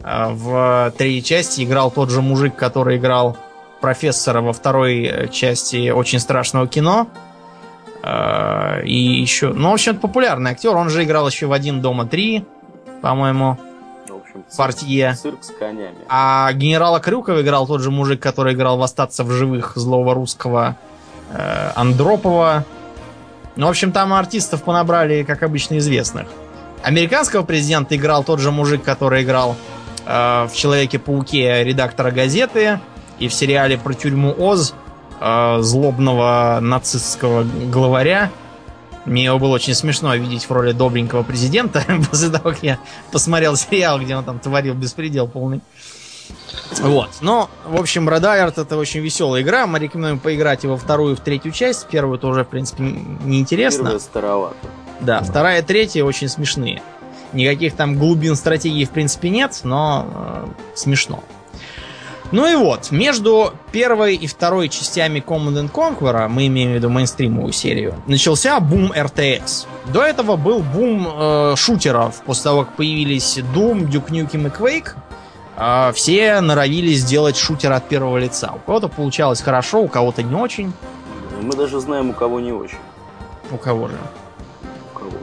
в третьей части играл тот же мужик, который играл профессора во второй части «Очень страшного кино». И еще... Ну, в общем, это популярный актер. Он же играл еще в «Один дома 3», по-моему. В общем, партия. Цирк с конями. А генерала Крюкова играл тот же мужик, который играл в «Остаться в живых» злого русского Андропова. Ну, в общем, там артистов понабрали, как обычно, известных. Американского президента играл тот же мужик, который играл в «Человеке-пауке» редактора газеты, и в сериале про тюрьму Оз злобного нацистского главаря. Мне его было очень смешно видеть в роли добренького президента после того, как я посмотрел сериал, где он там творил беспредел полный. Вот. Но, в общем, Red Alert — это очень веселая игра. Мы рекомендуем поиграть и во вторую, и в третью часть. Первую тоже, в принципе, неинтересно. Первая старовато. Да, вторая и третья очень смешные. Никаких там глубин стратегии, в принципе, нет, но смешно. Ну и вот, между первой и второй частями Command & Conquer, мы имеем в виду мейнстримовую серию, начался бум RTS. До этого был бум шутеров. После того, как появились Doom, Duke Nukem и Quake, все норовили сделать шутер от первого лица. У кого-то получалось хорошо, у кого-то не очень. Мы даже знаем, у кого не очень. У кого же? У кого?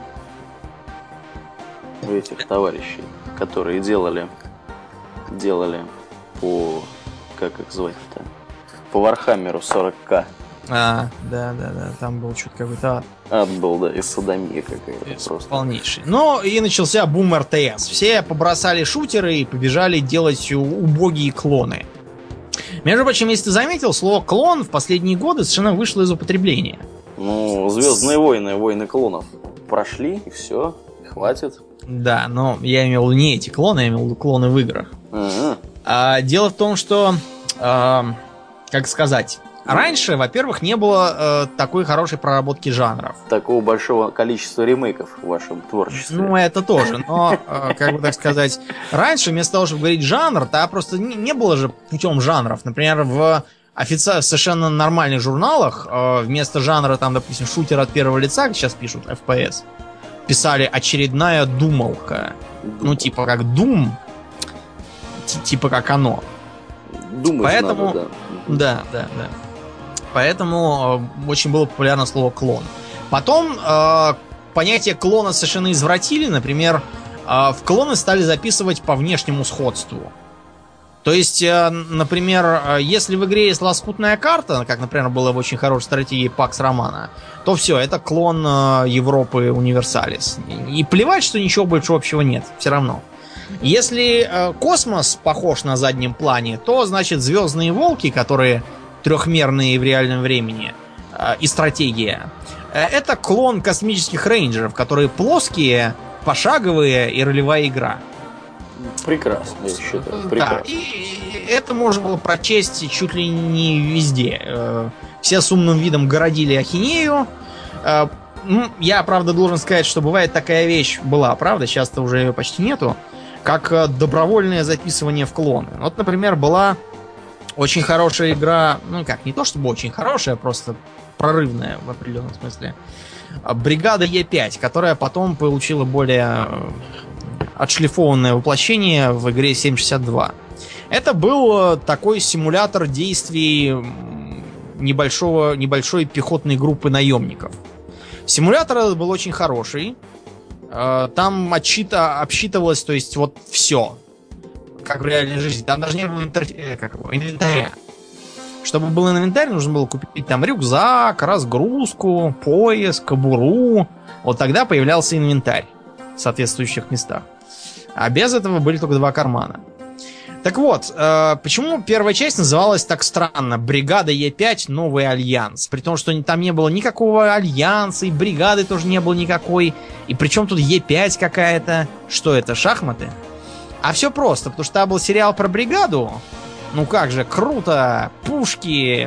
У этих товарищей, которые делали по как их звать-то? По Вархаммеру 40к. Да, там был что-то какой-то ад был, да, и садомия какая-то просто. Полнейший. Ну и начался бум РТС. Все побросали шутеры и побежали делать убогие клоны. Между прочим, если ты заметил, слово клон в последние годы совершенно вышло из употребления. Ну, Звездные войны, войны клонов прошли, и все, хватит. Да, но я имел в виду не эти клоны, я имел в виду клоны в играх. Дело в том, что, как сказать, раньше, во-первых, не было такой хорошей проработки жанров. Такого большого количества ремейков в вашем творчестве. Ну, это тоже, но, как бы так сказать, раньше вместо того, чтобы говорить жанр, то просто не было же путем жанров. Например, в совершенно нормальных журналах вместо жанра, там, допустим, шутер от первого лица, как сейчас пишут, FPS, писали очередная думалка. Ну, типа как Doom, типа как оно. Думать поэтому, надо, да. Да. Поэтому очень было популярно слово клон. Потом понятие клона совершенно извратили. Например, в клоны стали записывать по внешнему сходству. То есть, например, если в игре есть лоскутная карта, как, например, было в очень хорошей стратегии Pax Romana, то все, это клон Европы Универсалис. И плевать, что ничего больше общего нет, все равно. Если космос похож на заднем плане, то, значит, Звездные Волки, которые трехмерные в реальном времени, и стратегия, это клон космических рейнджеров, которые плоские, пошаговые и ролевая игра. Прекрасно, я считаю. Прекрасно. Да, и это можно было прочесть чуть ли не везде. Все с умным видом городили ахинею. Я, правда, должен сказать, что бывает такая вещь, была, правда, сейчас-то уже ее почти нету, как добровольное записывание в клоны. Вот, например, была очень хорошая игра, ну как, не то чтобы очень хорошая, просто прорывная в определенном смысле. Бригада Е5, которая потом получила более отшлифованное воплощение в игре 762. Это был такой симулятор действий небольшой пехотной группы наемников. Симулятор был очень хороший. Там обсчитывалось, то есть вот все. Как в реальной жизни. Там даже не было инвентаря. Чтобы был инвентарь, нужно было купить там рюкзак, разгрузку, пояс, кобуру. Вот тогда появлялся инвентарь в соответствующих местах. А без этого были только два кармана. Так вот, почему первая часть называлась так странно? Бригада Е5 Новый Альянс. При том, что там не было никакого альянса, и бригады тоже не было никакой. И причем тут Е5 какая-то. Что это, шахматы? А все просто, потому что там был сериал про бригаду. Ну как же, круто, пушки.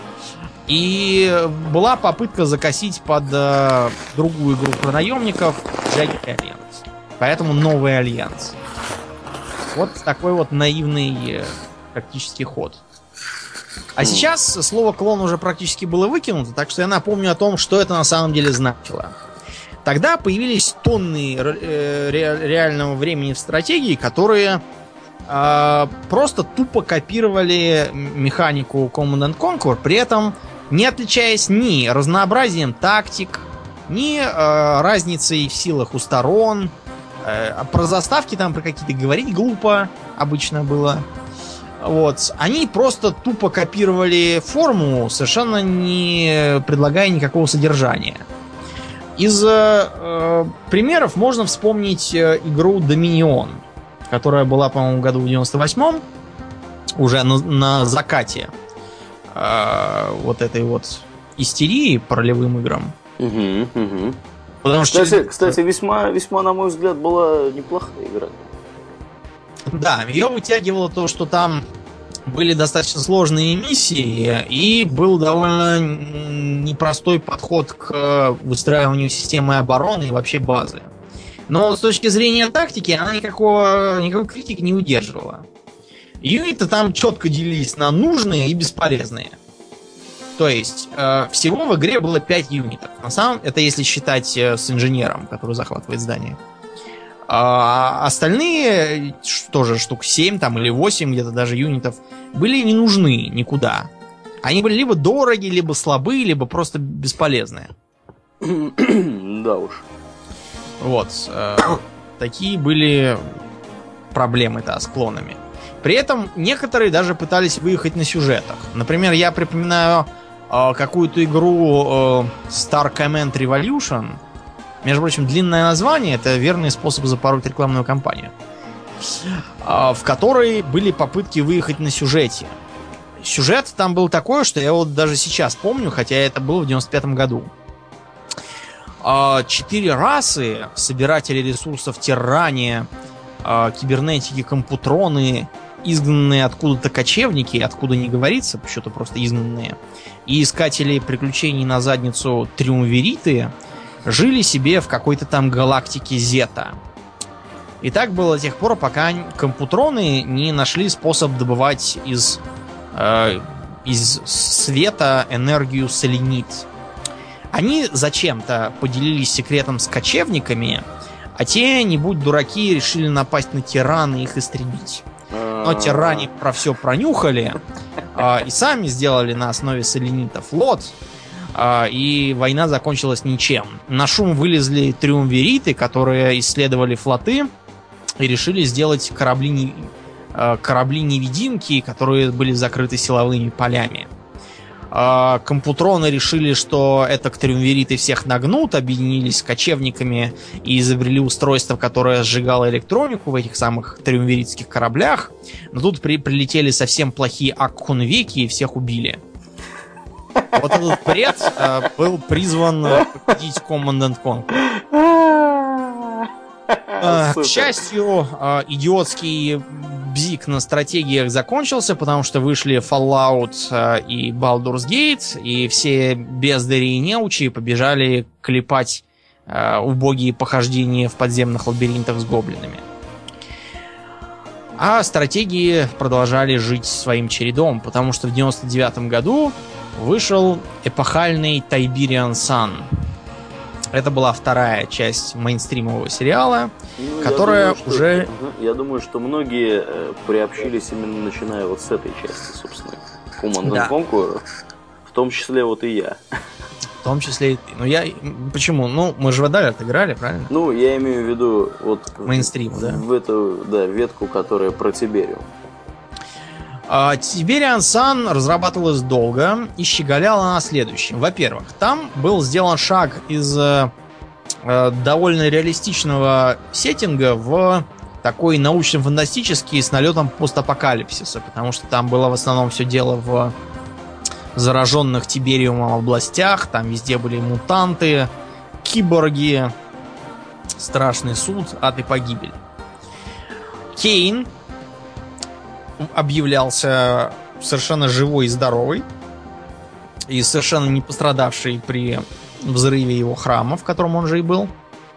И была попытка закосить под другую группу наемников Jagged Alliance. Поэтому Новый Альянс. Вот такой вот наивный тактический ход. А сейчас слово клон уже практически было выкинуто, так что я напомню о том, что это на самом деле значило. Тогда появились тонны реального времени в стратегии, которые просто тупо копировали механику Command & Conquer, при этом не отличаясь ни разнообразием тактик, ни разницей в силах у сторон. Про заставки там про какие-то говорить глупо обычно было. Вот. Они просто тупо копировали форму, совершенно не предлагая никакого содержания. Из примеров можно вспомнить игру Dominion, которая была, по-моему, году в 98-м, уже на закате вот этой вот истерии по ролевым играм. Потому Кстати, весьма, на мой взгляд, была неплохая игра. Да, ее вытягивало то, что там были достаточно сложные миссии, и был довольно непростой подход к выстраиванию системы обороны и вообще базы. Но с точки зрения тактики она никакой критики не удерживала. Юниты там четко делились на нужные и бесполезные. То есть, всего в игре было 5 юнитов. На самом это если считать с инженером, который захватывает здание. А остальные, тоже штук 7 там, или 8 где-то даже юнитов, были не нужны никуда. Они были либо дороги, либо слабые, либо просто бесполезные. Да уж. Вот. Такие были проблемы-то с клонами. При этом некоторые даже пытались выехать на сюжетах. Например, я припоминаю какую-то игру Star Command Revolution. Между прочим, длинное название — это верный способ запороть рекламную кампанию. В которой были попытки выехать на сюжете. Сюжет там был такой, что я вот даже сейчас помню, хотя это было в 95-м году. 4 расы: собиратели ресурсов Террания, кибернетики, компутроны, изгнанные откуда-то кочевники, откуда не говорится, что-то просто изгнанные, и искатели приключений на задницу триумвириты жили себе в какой-то там галактике Зета. И так было до тех пор, пока компутроны не нашли способ добывать из света энергию соленит. Они зачем-то поделились секретом с кочевниками, а те, не будь дураки, решили напасть на Тиран и их истребить. Но Тиране про все пронюхали и сами сделали на основе соленита флот, и война закончилась ничем. На шум вылезли триумвириты, которые исследовали флоты и решили сделать корабли-невидимки, которые были закрыты силовыми полями. Компутроны решили, что это триумвириты всех нагнут, объединились с кочевниками и изобрели устройство, которое сжигало электронику в этих самых триумвиритских кораблях. Но тут прилетели совсем плохие аккунвеки и всех убили. Вот этот бред был призван победить Command & Conquer. К счастью, идиотский бзик на стратегиях закончился, потому что вышли Fallout и Baldur's Gate, и все бездари и неучи побежали клепать убогие похождения в подземных лабиринтах с гоблинами. А стратегии продолжали жить своим чередом, потому что в 99 году вышел эпохальный Tiberian Sun. Это была вторая часть мейнстримового сериала, которая уже... Я думаю, что многие приобщились именно начиная вот с этой части, собственно, Command & Conquer, в том числе вот и я. В том числе и ты. Ну, я... Почему? Ну, мы же в Адалт играли, правильно? Ну, я имею в виду вот... Мейнстрим, да? В эту, да, ветку, которая про Тибериум. Tiberian Sun разрабатывалась долго и щеголяла на следующем. Во-первых, там был сделан шаг из довольно реалистичного сеттинга в такой научно-фантастический с налетом постапокалипсиса, потому что там было в основном все дело в зараженных Тибериумом областях, там везде были мутанты, киборги, страшный суд, ад и погибель. Кейн объявлялся совершенно живой и здоровый, и совершенно не пострадавший при взрыве его храма, в котором он же и был.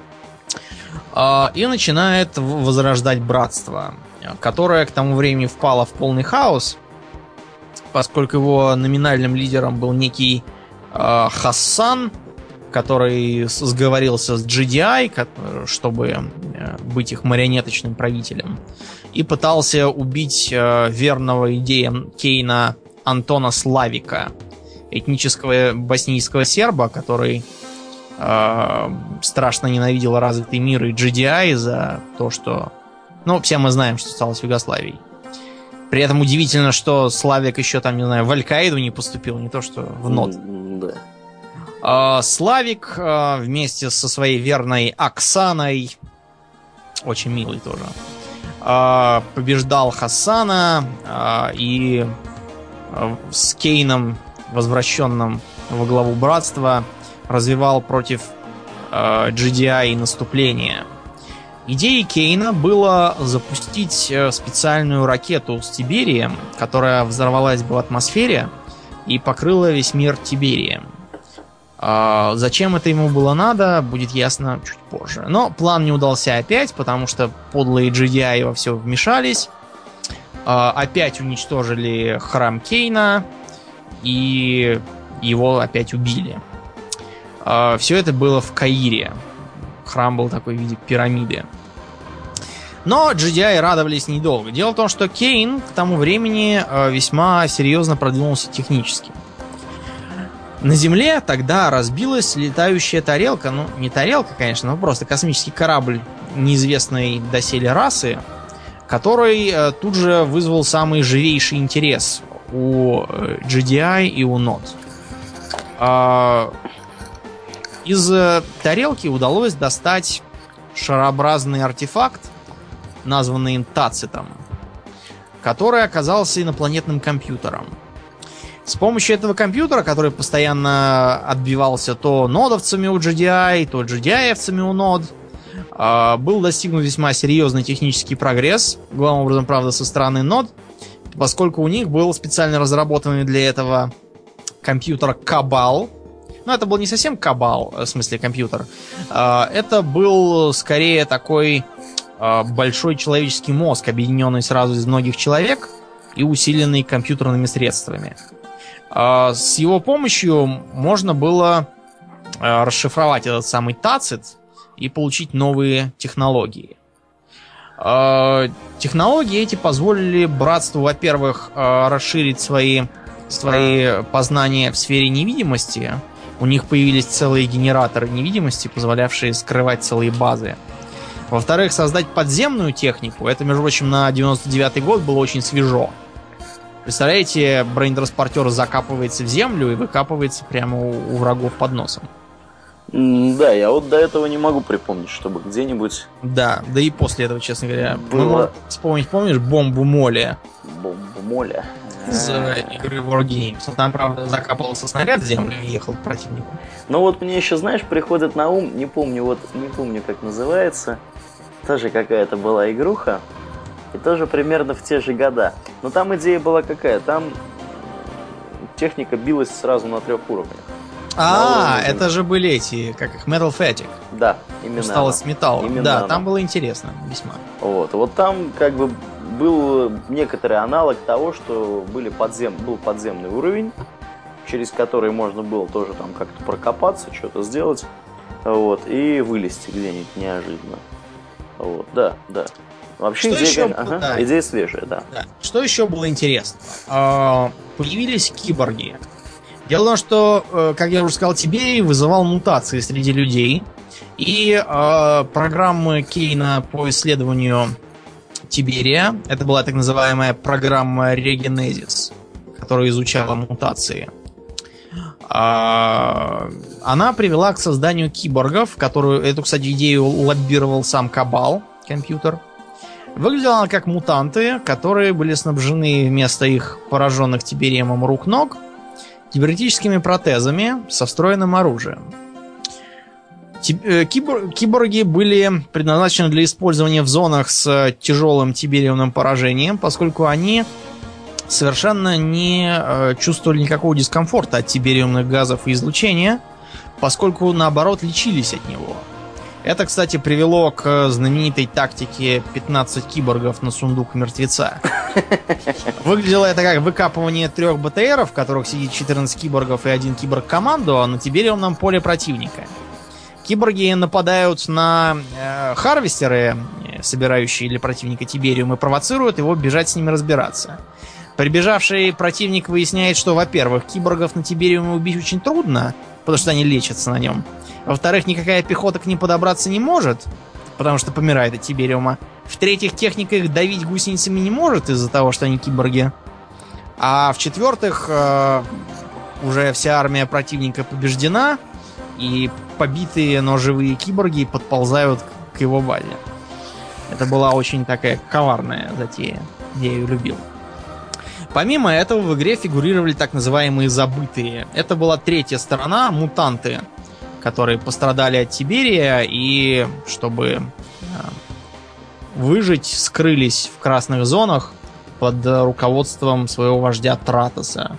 И начинает возрождать братство, которое к тому времени впало в полный хаос, поскольку его номинальным лидером был некий Хассан, который сговорился с GDI, чтобы быть их марионеточным правителем, и пытался убить верного идеям Кейна Антона Славика, этнического боснийского серба, который страшно ненавидел развитый мир и GDI за то, что... Ну, все мы знаем, что стало с Югославией. При этом удивительно, что Славик еще там, не знаю, в Аль-Каиду не поступил, не то что в НОТ. Да. Славик вместе со своей верной Оксаной, очень милый тоже, побеждал Хасана и с Кейном, возвращенным во главу братства, развивал против GDI наступление. Идеей Кейна было запустить специальную ракету с Тиберием, которая взорвалась бы в атмосфере и покрыла весь мир Тиберием. Зачем это ему было надо, будет ясно чуть позже. Но план не удался опять, потому что подлые GDI во все вмешались. Опять уничтожили храм Кейна и его опять убили. Все это было в Каире. Храм был такой в виде пирамиды. Но GDI радовались недолго. Дело в том, что Кейн к тому времени весьма серьезно продвинулся технически. На Земле тогда разбилась летающая тарелка. Ну, не тарелка, конечно, но просто космический корабль неизвестной доселе расы, который тут же вызвал самый живейший интерес у GDI и у Nod. Из тарелки удалось достать шарообразный артефакт, названный им Тацитом, который оказался инопланетным компьютером. С помощью этого компьютера, который постоянно отбивался то нодовцами у GDI, то GDI-евцами у Nod, был достигнут весьма серьезный технический прогресс, главным образом, правда, со стороны Nod, поскольку у них был специально разработанный для этого компьютер Cabal. Но это был не совсем Cabal, в смысле компьютер. Это был скорее такой большой человеческий мозг, объединенный сразу из многих человек и усиленный компьютерными средствами. С его помощью можно было расшифровать этот самый Тацит и получить новые технологии. Технологии эти позволили братству, во-первых, расширить свои познания в сфере невидимости. У них появились целые генераторы невидимости, позволявшие скрывать целые базы. Во-вторых, создать подземную технику. Это, между прочим, на 99-й год было очень свежо. Представляете, бронетранспортер закапывается в землю и выкапывается прямо у врагов под носом. Да, я вот до этого не могу припомнить, чтобы где-нибудь... Да, да и после этого, честно говоря. Было... Вспомнить, помнишь, бомбу Молли? Бомбу Молли? Из игры Wargames. Там, правда, закапывался снаряд в землю и ехал к противнику. Ну вот мне еще, знаешь, приходит на ум, не помню, как называется, тоже какая-то была игруха, и тоже примерно в те же года. Но там идея была какая? Там техника билась сразу на 3 уровнях. Это же были эти, как их, Metal Fatigue. Да, именно. Усталость металла. Именно да, она. там было интересно весьма. Вот там как бы был некоторый аналог того, что был подземный уровень, через который можно было тоже там как-то прокопаться, что-то сделать, вот, и вылезти где-нибудь неожиданно. Вот, да. Вообще идея свежая, да. Что еще было интересно? Появились киборги. Дело в том, что, как я уже сказал, Тиберий вызывал мутации среди людей. И программы Кейна по исследованию Тиберия, это была так называемая программа Regenesis, которая изучала мутации, она привела к созданию киборгов, эту, кстати, идею лоббировал сам Cabal, компьютер. Выглядела она как мутанты, которые были снабжены вместо их пораженных Тибериемом рук-ног кибернетическими протезами со встроенным оружием. Киборги были предназначены для использования в зонах с тяжелым тибериумным поражением, поскольку они совершенно не чувствовали никакого дискомфорта от тибериумных газов и излучения, поскольку, наоборот, лечились от него. Это, кстати, привело к знаменитой тактике 15 киборгов на сундук мертвеца. Выглядело это как выкапывание 3 БТРов, в которых сидит 14 киборгов и 1 киборг-командо на тибериумном поле противника. Киборги нападают на харвестеры, собирающие для противника тибериум, и провоцируют его бежать с ними разбираться. Прибежавший противник выясняет, что, во-первых, киборгов на тибериуме убить очень трудно, потому что они лечатся на нем. Во-вторых, никакая пехота к ним подобраться не может, потому что помирает от тибериума. В-третьих, техника их давить гусеницами не может из-за того, что они киборги. А в-четвертых, уже вся армия противника побеждена, и побитые, но живые киборги подползают к его базе. Это была очень такая коварная затея. Я ее любил. Помимо этого в игре фигурировали так называемые забытые. Это была третья сторона, мутанты, которые пострадали от Тиберия и, чтобы выжить, скрылись в красных зонах под руководством своего вождя Тратоса.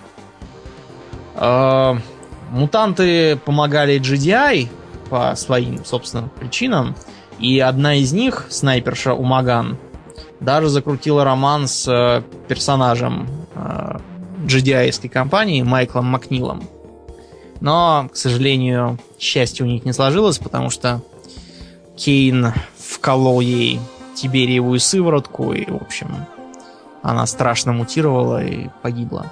Мутанты помогали GDI по своим собственным причинам, и одна из них, снайперша Умаган, даже закрутила роман с персонажем GDI-евской компании Майклом Макнилом. Но, к сожалению, счастье у них не сложилось, потому что Кейн вколол ей тибериевую сыворотку, и, в общем, она страшно мутировала и погибла.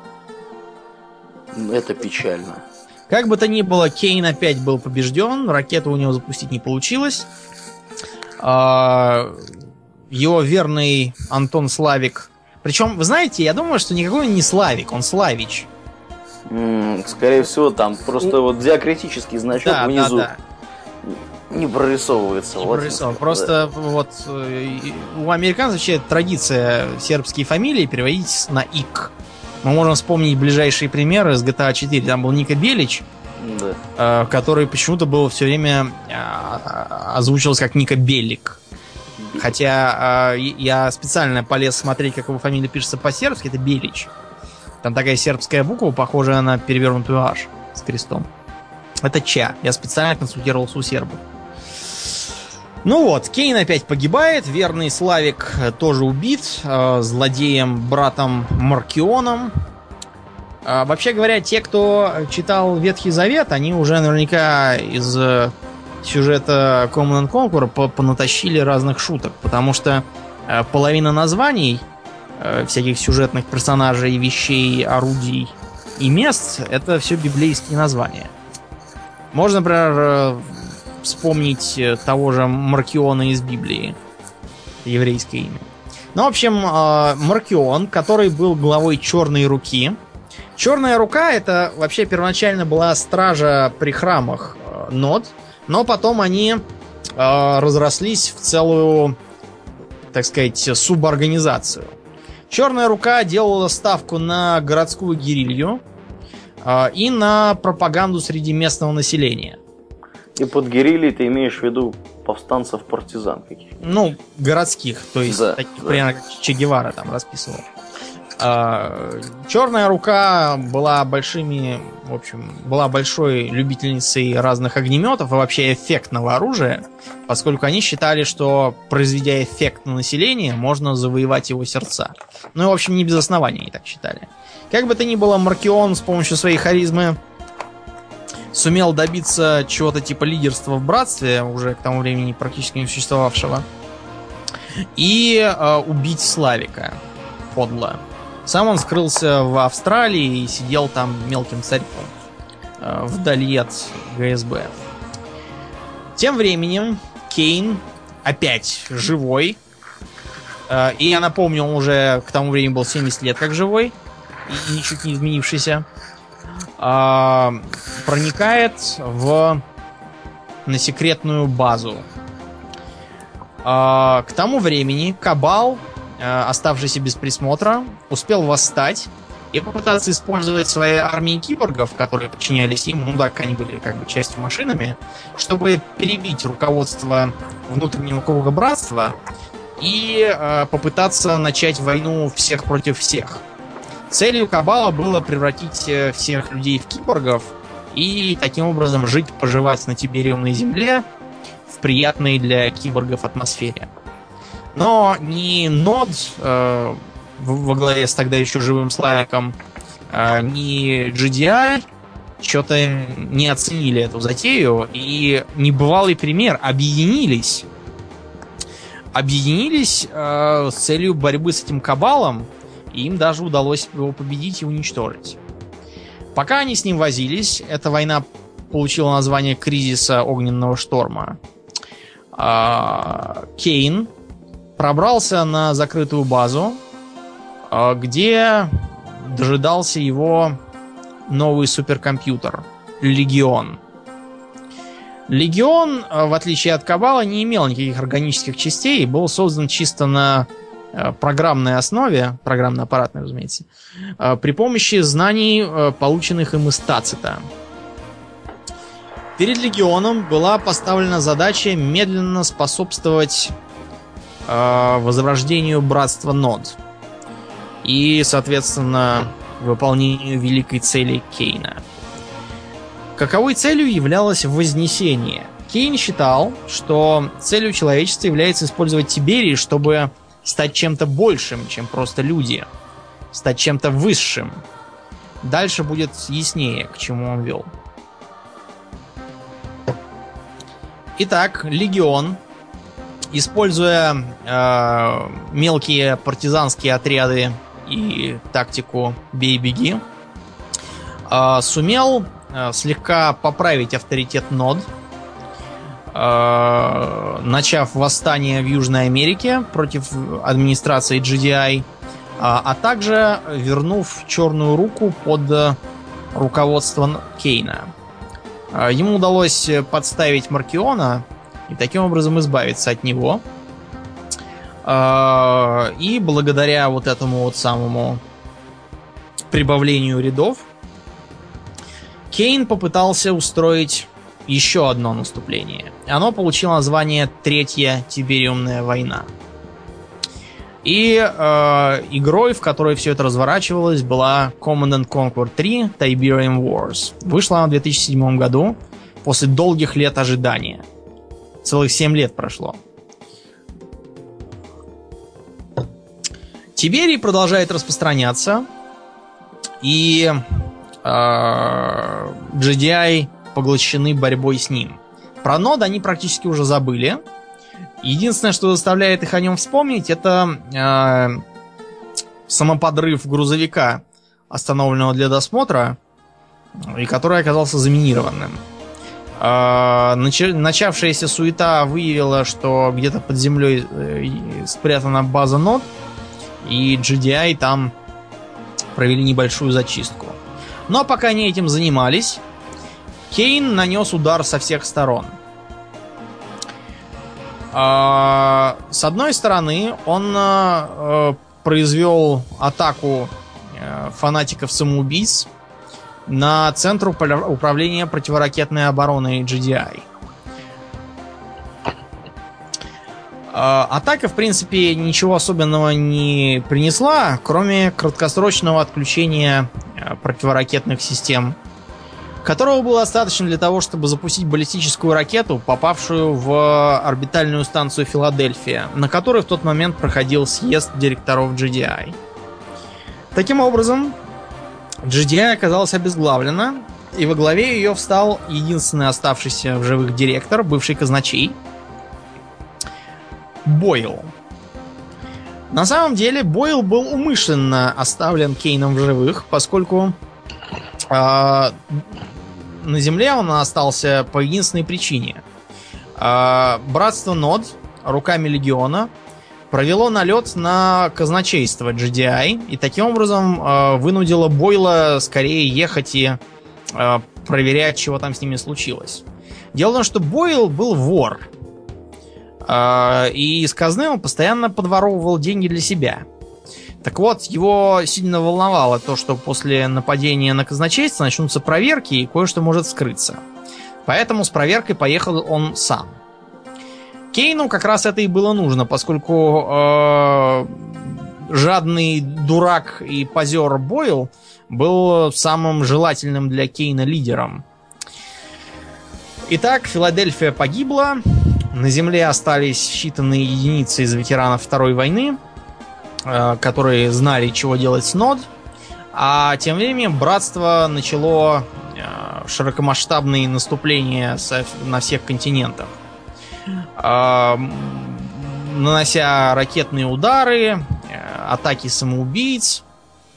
Это печально. Как бы то ни было, Кейн опять был побежден, ракету у него запустить не получилось. его верный Антон Славик. Причем, вы знаете, я думаю, что никакой он не Славик, он Славич. Скорее всего, там просто вот диакритический значок внизу не прорисовывается. Не прорисовывается. Просто вот у американцев вообще традиция сербские фамилии переводить на «ик». Мы можем вспомнить ближайшие примеры с GTA 4. Там был Ника Белич, который почему-то был все время озвучивался как Ника Белик. Хотя я специально полез смотреть, как его фамилия пишется по-сербски. Это Белич. Там такая сербская буква, похожая на перевернутую «аш» с крестом. Это «ча». Я специально консультировался у сербов. Ну вот, Кейн опять погибает. Верный Славик тоже убит. Злодеем, братом Маркионом. Вообще говоря, те, кто читал Ветхий Завет, они уже наверняка из сюжета Command & Conquer понатащили разных шуток. Потому что половина названий всяких сюжетных персонажей, вещей, орудий и мест — это все библейские названия. Можно, например, вспомнить того же Маркиона из Библии. Еврейское имя. Ну, в общем, Маркион, который был главой Черной Руки. Черная Рука — это вообще первоначально была стража при храмах Нод, но потом они разрослись в целую, так сказать, суборганизацию. Черная Рука делала ставку на городскую герилью и на пропаганду среди местного населения. И под герильей ты имеешь в виду повстанцев-партизан каких-нибудь? Ну, городских, то есть таких примерно как Че Гевара там расписывал. Черная Рука была была большой любительницей разных огнеметов и вообще эффектного оружия, поскольку они считали, что, произведя эффект на население, можно завоевать его сердца. Ну и, в общем, не без основания они так считали. Как бы то ни было, Маркион с помощью своей харизмы сумел добиться чего-то типа лидерства в братстве, уже к тому времени практически не существовавшего, и убить Славика подло. Сам он скрылся в Австралии и сидел там мелким царьком, вдали от ГСБ. Тем временем Кейн опять живой. И я напомню, он уже к тому времени был 70 лет как живой, и ничуть не изменившийся. Проникает на секретную базу. К тому времени Кабал, оставшийся без присмотра, успел восстать и попытаться использовать свои армии киборгов, которые подчинялись ему, ну так они были как бы частью машинами, чтобы перебить руководство внутреннего круга братства и попытаться начать войну всех против всех. Целью Кабала было превратить всех людей в киборгов и таким образом жить-поживать на Тибериумной земле в приятной для киборгов атмосфере. Но ни Нод во главе с тогда еще живым Славиком, ни GDI что-то не оценили эту затею, и небывалый пример объединились с целью борьбы с этим Кабалом, и им даже удалось его победить и уничтожить. Пока они с ним возились, эта война получила название Кризиса Огненного Шторма. Кейн пробрался на закрытую базу, где дожидался его новый суперкомпьютер Легион. Легион, в отличие от Кабала, не имел никаких органических частей и был создан чисто на программной основе, программно-аппаратной, разумеется, при помощи знаний, полученных им из Тацита. Перед Легионом была поставлена задача медленно способствовать возрождению братства Нод и, соответственно, выполнению великой цели Кейна. Каковой целью являлось вознесение? Кейн считал, что целью человечества является использовать Тиберий, чтобы стать чем-то большим, чем просто люди. Стать чем-то высшим. Дальше будет яснее, к чему он вел. Итак, Легион, используя мелкие партизанские отряды и тактику «бей-беги», сумел слегка поправить авторитет Нод, начав восстание в Южной Америке против администрации GDI, а также вернув Черную Руку под руководство Кейна. Ему удалось подставить Маркиона и таким образом избавиться от него. И благодаря вот этому вот самому прибавлению рядов Кейн попытался устроить еще одно наступление. Оно получило название Третья Тибериумная война. И игрой, в которой все это разворачивалось, была Command & Conquer 3 Tiberium Wars. Вышла она в 2007 году, после долгих лет ожидания. Целых 7 лет прошло. Тиберий продолжает распространяться, и GDI поглощены борьбой с ним. Про нод они практически уже забыли. Единственное, что заставляет их о нем вспомнить, это самоподрыв грузовика, остановленного для досмотра, и который оказался заминированным. Начавшаяся суета выявила, что где-то под землей спрятана база нод, и GDI там провели небольшую зачистку. Но пока они этим занимались, Кейн нанес удар со всех сторон. С одной стороны, он произвел атаку фанатиков-самоубийц на Центр управления противоракетной обороны GDI. Атака, в принципе, ничего особенного не принесла, кроме краткосрочного отключения противоракетных систем, которого было достаточно для того, чтобы запустить баллистическую ракету, попавшую в орбитальную станцию Филадельфия, на которой в тот момент проходил съезд директоров GDI. Таким образом, GDI оказалась обезглавлена, и во главе ее встал единственный оставшийся в живых директор, бывший казначей, Бойл. На самом деле, Бойл был умышленно оставлен Кейном в живых, поскольку на Земле он остался по единственной причине. Братство Нод руками Легиона провело налет на казначейство GDI и таким образом вынудило Бойла скорее ехать и проверять, чего там с ними случилось. Дело в том, что Бойл был вор. И из казны он постоянно подворовывал деньги для себя. Так вот, его сильно волновало то, что после нападения на казначейство начнутся проверки и кое-что может скрыться. Поэтому с проверкой поехал он сам. Кейну как раз это и было нужно, поскольку жадный дурак и позер Бойл был самым желательным для Кейна лидером. Итак, Филадельфия погибла. На земле остались считанные единицы из ветеранов Второй войны, которые знали, чего делать с нод. А тем временем братство начало широкомасштабные наступления на всех континентах, нанося ракетные удары, атаки самоубийц,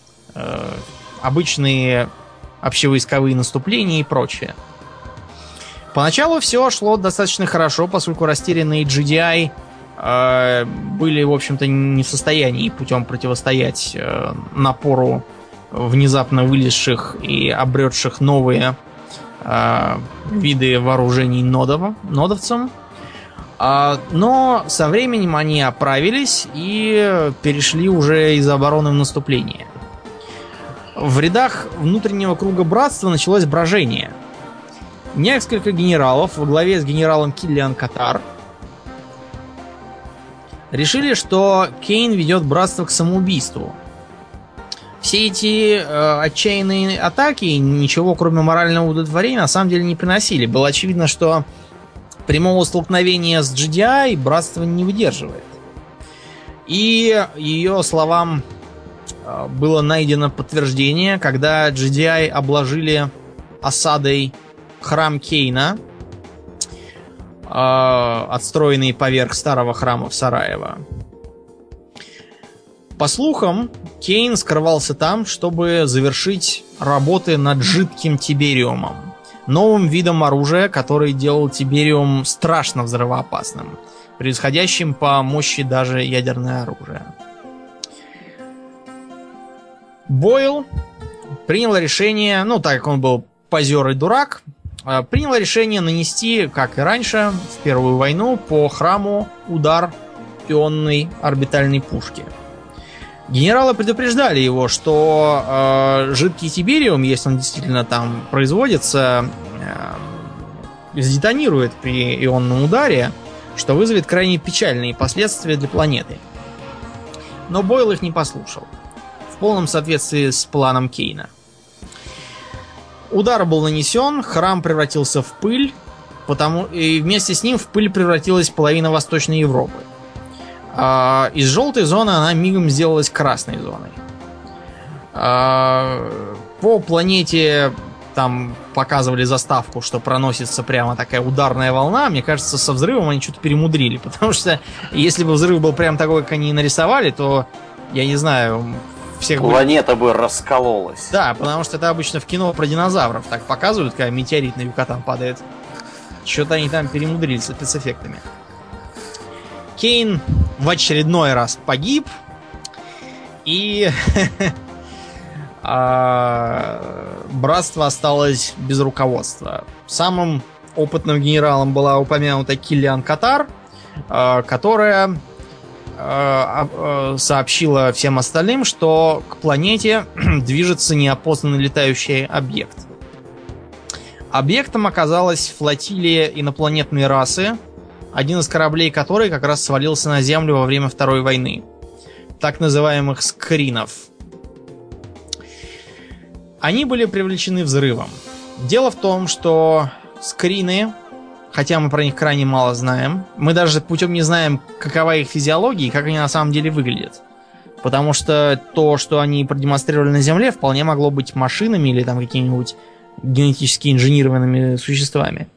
обычные общевойсковые наступления и прочее. Поначалу все шло достаточно хорошо, поскольку растерянные GDI были, в общем-то, не в состоянии путем противостоять напору внезапно вылезших и обретших новые виды вооружений нодовцам. Но со временем они оправились и перешли уже из обороны в наступление. В рядах внутреннего круга братства началось брожение. Несколько генералов во главе с генералом Киллиан Катар решили, что Кейн ведет братство к самоубийству. Все эти отчаянные атаки ничего, кроме морального удовлетворения, на самом деле не приносили. Было очевидно, что прямого столкновения с GDI братство не выдерживает. И ее словам было найдено подтверждение, когда GDI обложили осадой храм Кейна, отстроенный поверх старого храма в Сараево. По слухам, Кейн скрывался там, чтобы завершить работы над жидким Тибериумом. новым видом оружия, который делал Тибериум страшно взрывоопасным, превосходящим по мощи даже ядерное оружие. Бойл принял решение, ну, так как он был позер и дурак, принял решение нанести, как и раньше, в Первую войну по храму удар ионной орбитальной пушки. Генералы предупреждали его, что жидкий тибериум, если он действительно там производится, сдетонирует при ионном ударе, что вызовет крайне печальные последствия для планеты. Но Бойл их не послушал. В полном соответствии с планом Кейна. Удар был нанесен, храм превратился в пыль, и вместе с ним в пыль превратилась половина Восточной Европы. Из желтой зоны она мигом сделалась красной зоной. По планете там показывали заставку, что проносится прямо такая ударная волна. Мне кажется, со взрывом они что-то перемудрили. Потому что если бы взрыв был прям такой, как они нарисовали, то, я не знаю, всех планета бы раскололась. Да, потому что это обычно в кино про динозавров так показывают, когда метеорит на Юкатан падает. Что-то они там перемудрили со спецэффектами. Кейн в очередной раз погиб. И братство осталось без руководства. Самым опытным генералом была упомянута Киллиан Катар, которая сообщила всем остальным, что к планете движется неопознанный летающий объект. Объектом оказалась флотилия инопланетной расы, один из кораблей которой как раз свалился на Землю во время Второй войны. Так называемых скринов. Они были привлечены взрывом. Дело в том, что скрины, хотя мы про них крайне мало знаем, мы даже путем не знаем, какова их физиология и как они на самом деле выглядят. Потому что то, что они продемонстрировали на Земле, вполне могло быть машинами или там какими-нибудь генетически инженированными существами.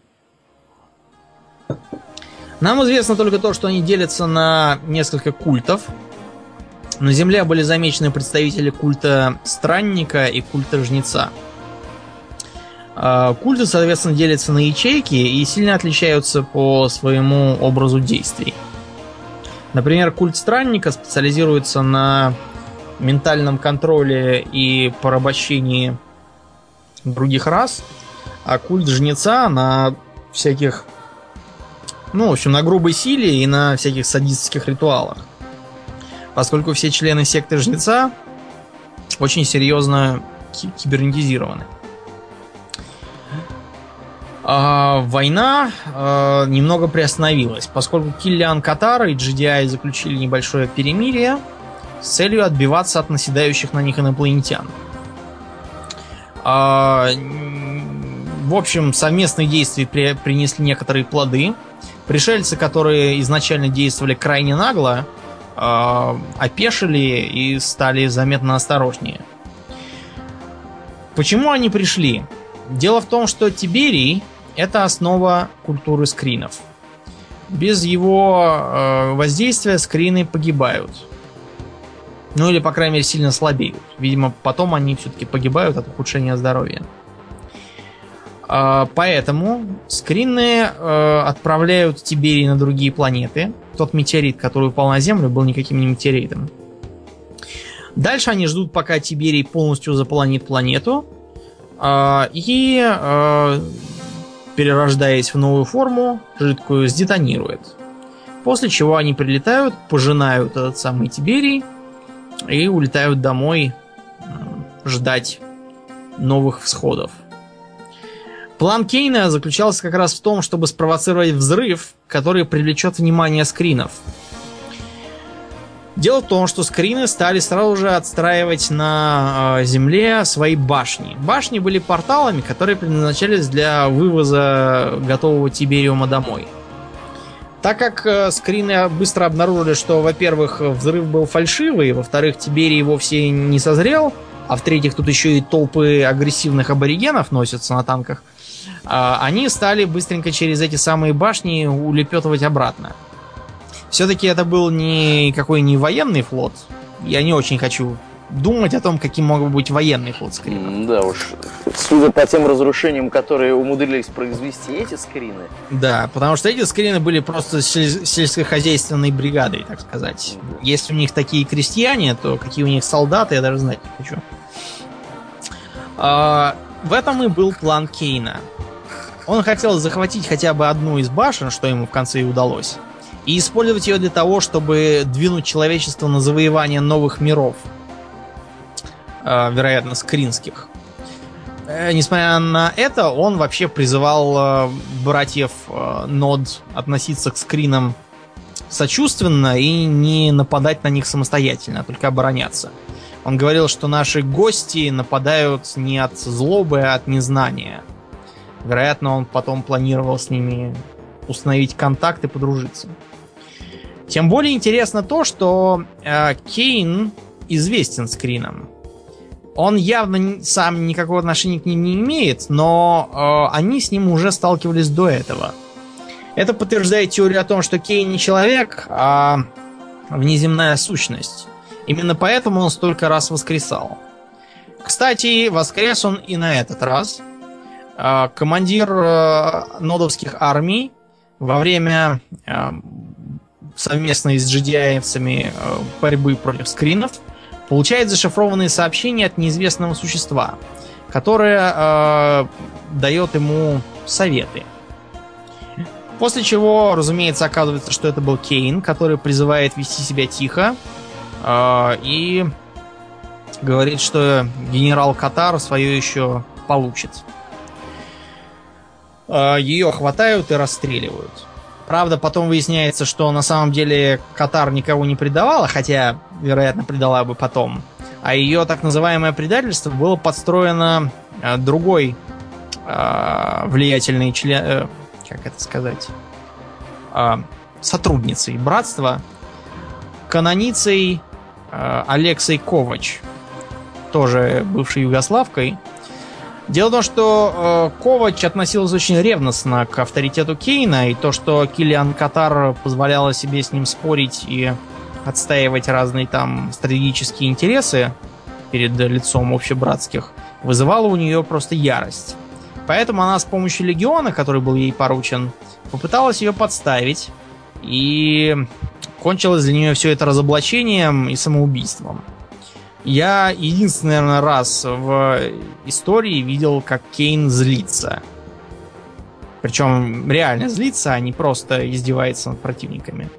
Нам известно только то, что они делятся на несколько культов. На Земле были замечены представители культа Странника и культа Жнеца. Культы, соответственно, делятся на ячейки и сильно отличаются по своему образу действий. Например, культ Странника специализируется на ментальном контроле и порабощении других рас, а культ Жнеца на всяких, ну, в общем, на грубой силе и на всяких садистских ритуалах. Поскольку все члены секты Жнеца очень серьезно кибернетизированы. Война немного приостановилась, поскольку Киллиан Катар и GDI заключили небольшое перемирие с целью отбиваться от наседающих на них инопланетян. В общем, совместные действия принесли некоторые плоды. Пришельцы, которые изначально действовали крайне нагло, опешили и стали заметно осторожнее. Почему они пришли? Дело в том, что Тиберий — это основа культуры скринов. Без его воздействия скрины погибают. Ну или, по крайней мере, сильно слабеют. Видимо, потом они все-таки погибают от ухудшения здоровья. Поэтому скрины отправляют Тиберий на другие планеты. Тот метеорит, который упал на Землю, был никаким не метеоритом. Дальше они ждут, пока Тиберий полностью заполонит планету. И, перерождаясь в новую форму, жидкую сдетонирует. После чего они прилетают, пожинают этот самый Тиберий и улетают домой ждать новых всходов. План Кейна заключался как раз в том, чтобы спровоцировать взрыв, который привлечет внимание скринов. Дело в том, что скрины стали сразу же отстраивать на Земле свои башни. Башни были порталами, которые предназначались для вывоза готового Тибериума домой. Так как скрины быстро обнаружили, что, во-первых, взрыв был фальшивый, во-вторых, Тиберий вовсе не созрел, а в-третьих, тут еще и толпы агрессивных аборигенов носятся на танках, они стали быстренько через эти самые башни улепетывать обратно. Все-таки это был никакой не военный флот. Я не очень хочу думать о том, каким мог бы быть военный флот скринов. Да уж, судя по тем разрушениям, которые умудрились произвести эти скрины. Да, потому что эти скрины были просто сельскохозяйственной бригадой, так сказать. Если у них такие крестьяне, то какие у них солдаты, я даже знать не хочу. В этом и был план Кейна. Он хотел захватить хотя бы одну из башен, что ему в конце и удалось, и использовать ее для того, чтобы двинуть человечество на завоевание новых миров. Вероятно, скринских. Несмотря на это, он вообще призывал братьев Нод относиться к скринам сочувственно и не нападать на них самостоятельно, а только обороняться. Он говорил, что наши гости нападают не от злобы, а от незнания. Вероятно, он потом планировал с ними установить контакт и подружиться. Тем более интересно то, что Кейн известен скринам. Он явно сам никакого отношения к ним не имеет, но они с ним уже сталкивались до этого. Это подтверждает теорию о том, что Кейн не человек, а внеземная сущность. Именно поэтому он столько раз воскресал. Кстати, воскрес он и на этот раз. Командир нодовских армий во время совместной с джедиевцами борьбы против скринов получает зашифрованные сообщения от неизвестного существа, которое дает ему советы. После чего, разумеется, оказывается, что это был Кейн, который призывает вести себя тихо и говорит, что генерал Катар свое еще получит. Ее хватают и расстреливают. Правда, потом выясняется, что на самом деле Катар никого не предавала, хотя, вероятно, предала бы потом. А ее так называемое предательство было подстроено другой влиятельной член... как это сказать? Сотрудницей братства, каноницей Алексой Ковач, тоже бывшей югославкой. Дело в том, что Ковач относилась очень ревностно к авторитету Кейна, и то, что Киллиан Катар позволяла себе с ним спорить и отстаивать разные там стратегические интересы перед лицом общебратских, вызывало у нее просто ярость. Поэтому она с помощью легиона, который был ей поручен, попыталась ее подставить, и кончилось для нее все это разоблачением и самоубийством. Я единственный, наверное, раз в истории видел, как Кейн злится. Причем реально злится, а не просто издевается над противниками.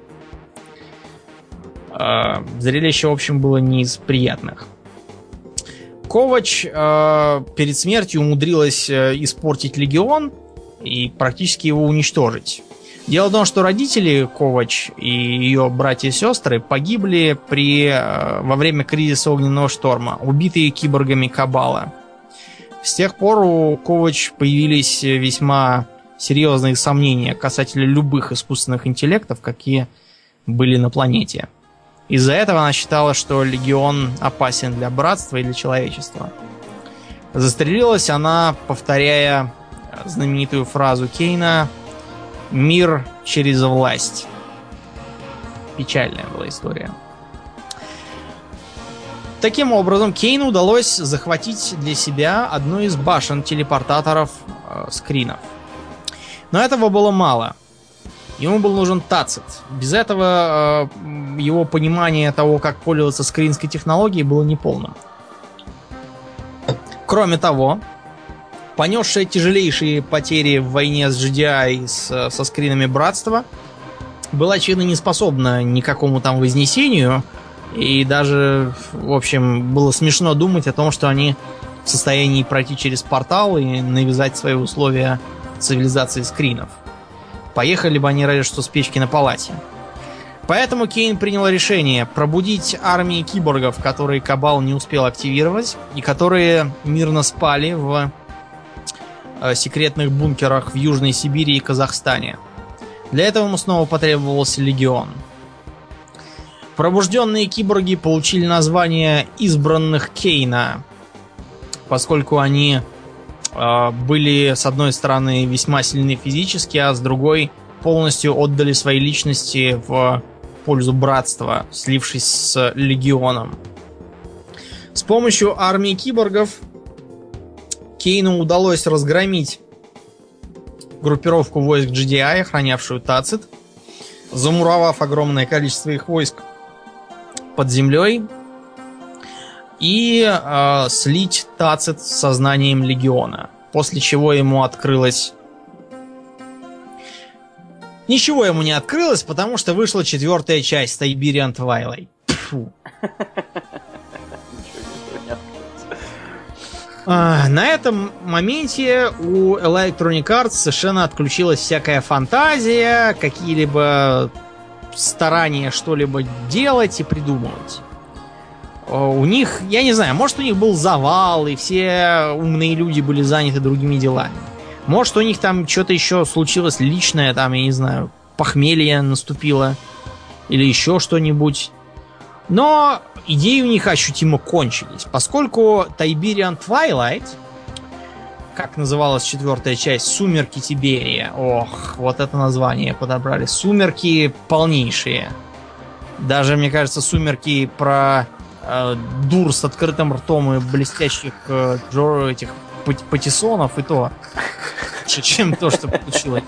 Зрелище, в общем, было не из приятных. Ковач перед смертью умудрилась испортить легион и практически его уничтожить. Дело в том, что родители Ковач и ее братья и сестры погибли во время кризиса Огненного шторма, убитые киборгами Кабала. С тех пор у Ковач появились весьма серьезные сомнения касательно любых искусственных интеллектов, какие были на планете. Из-за этого она считала, что легион опасен для братства и для человечества. Застрелилась она, повторяя знаменитую фразу Кейна: «Мир через власть». Печальная была история. Таким образом, Кейну удалось захватить для себя одну из башен телепортаторов скринов. Но этого было мало. Ему был нужен Тацит. Без этого его понимание того, как пользоваться скринской технологией, было неполным. Кроме того, понесшая тяжелейшие потери в войне с GDI со скринами братства, была, очевидно, не способна ни к какому там вознесению. И даже, в общем, было смешно думать о том, что они в состоянии пройти через портал и навязать свои условия цивилизации скринов. Поехали бы они разве что с печки на палате. Поэтому Кейн принял решение пробудить армии киборгов, которые Кабал не успел активировать, и которые мирно спали в секретных бункерах в Южной Сибири и Казахстане. Для этого ему снова потребовался легион. Пробужденные киборги получили название избранных Кейна, поскольку они были, с одной стороны, весьма сильны физически, а с другой полностью отдали свои личности в пользу братства, слившись с легионом. С помощью армии киборгов Кейну удалось разгромить группировку войск GDI, охранявшую Тацит, замуровав огромное количество их войск под землей, и слить Тацит с сознанием Легиона. После чего ему открылось... Ничего ему не открылось, потому что вышла 4-я часть Tiberian Twilight. Фу. На этом моменте у Electronic Arts совершенно отключилась всякая фантазия, какие-либо старания что-либо делать и придумывать. У них, я не знаю, может у них был завал, и все умные люди были заняты другими делами. Может у них там что-то еще случилось личное, там, я не знаю, похмелье наступило, или еще что-нибудь. Но идеи у них ощутимо кончились, поскольку Tiberian Twilight, как называлась 4-я часть, Сумерки Тиберия. Ох, вот это название подобрали. Сумерки полнейшие. Даже, мне кажется, сумерки про дур с открытым ртом и блестящих этих патиссонов и то, чем то, что получилось.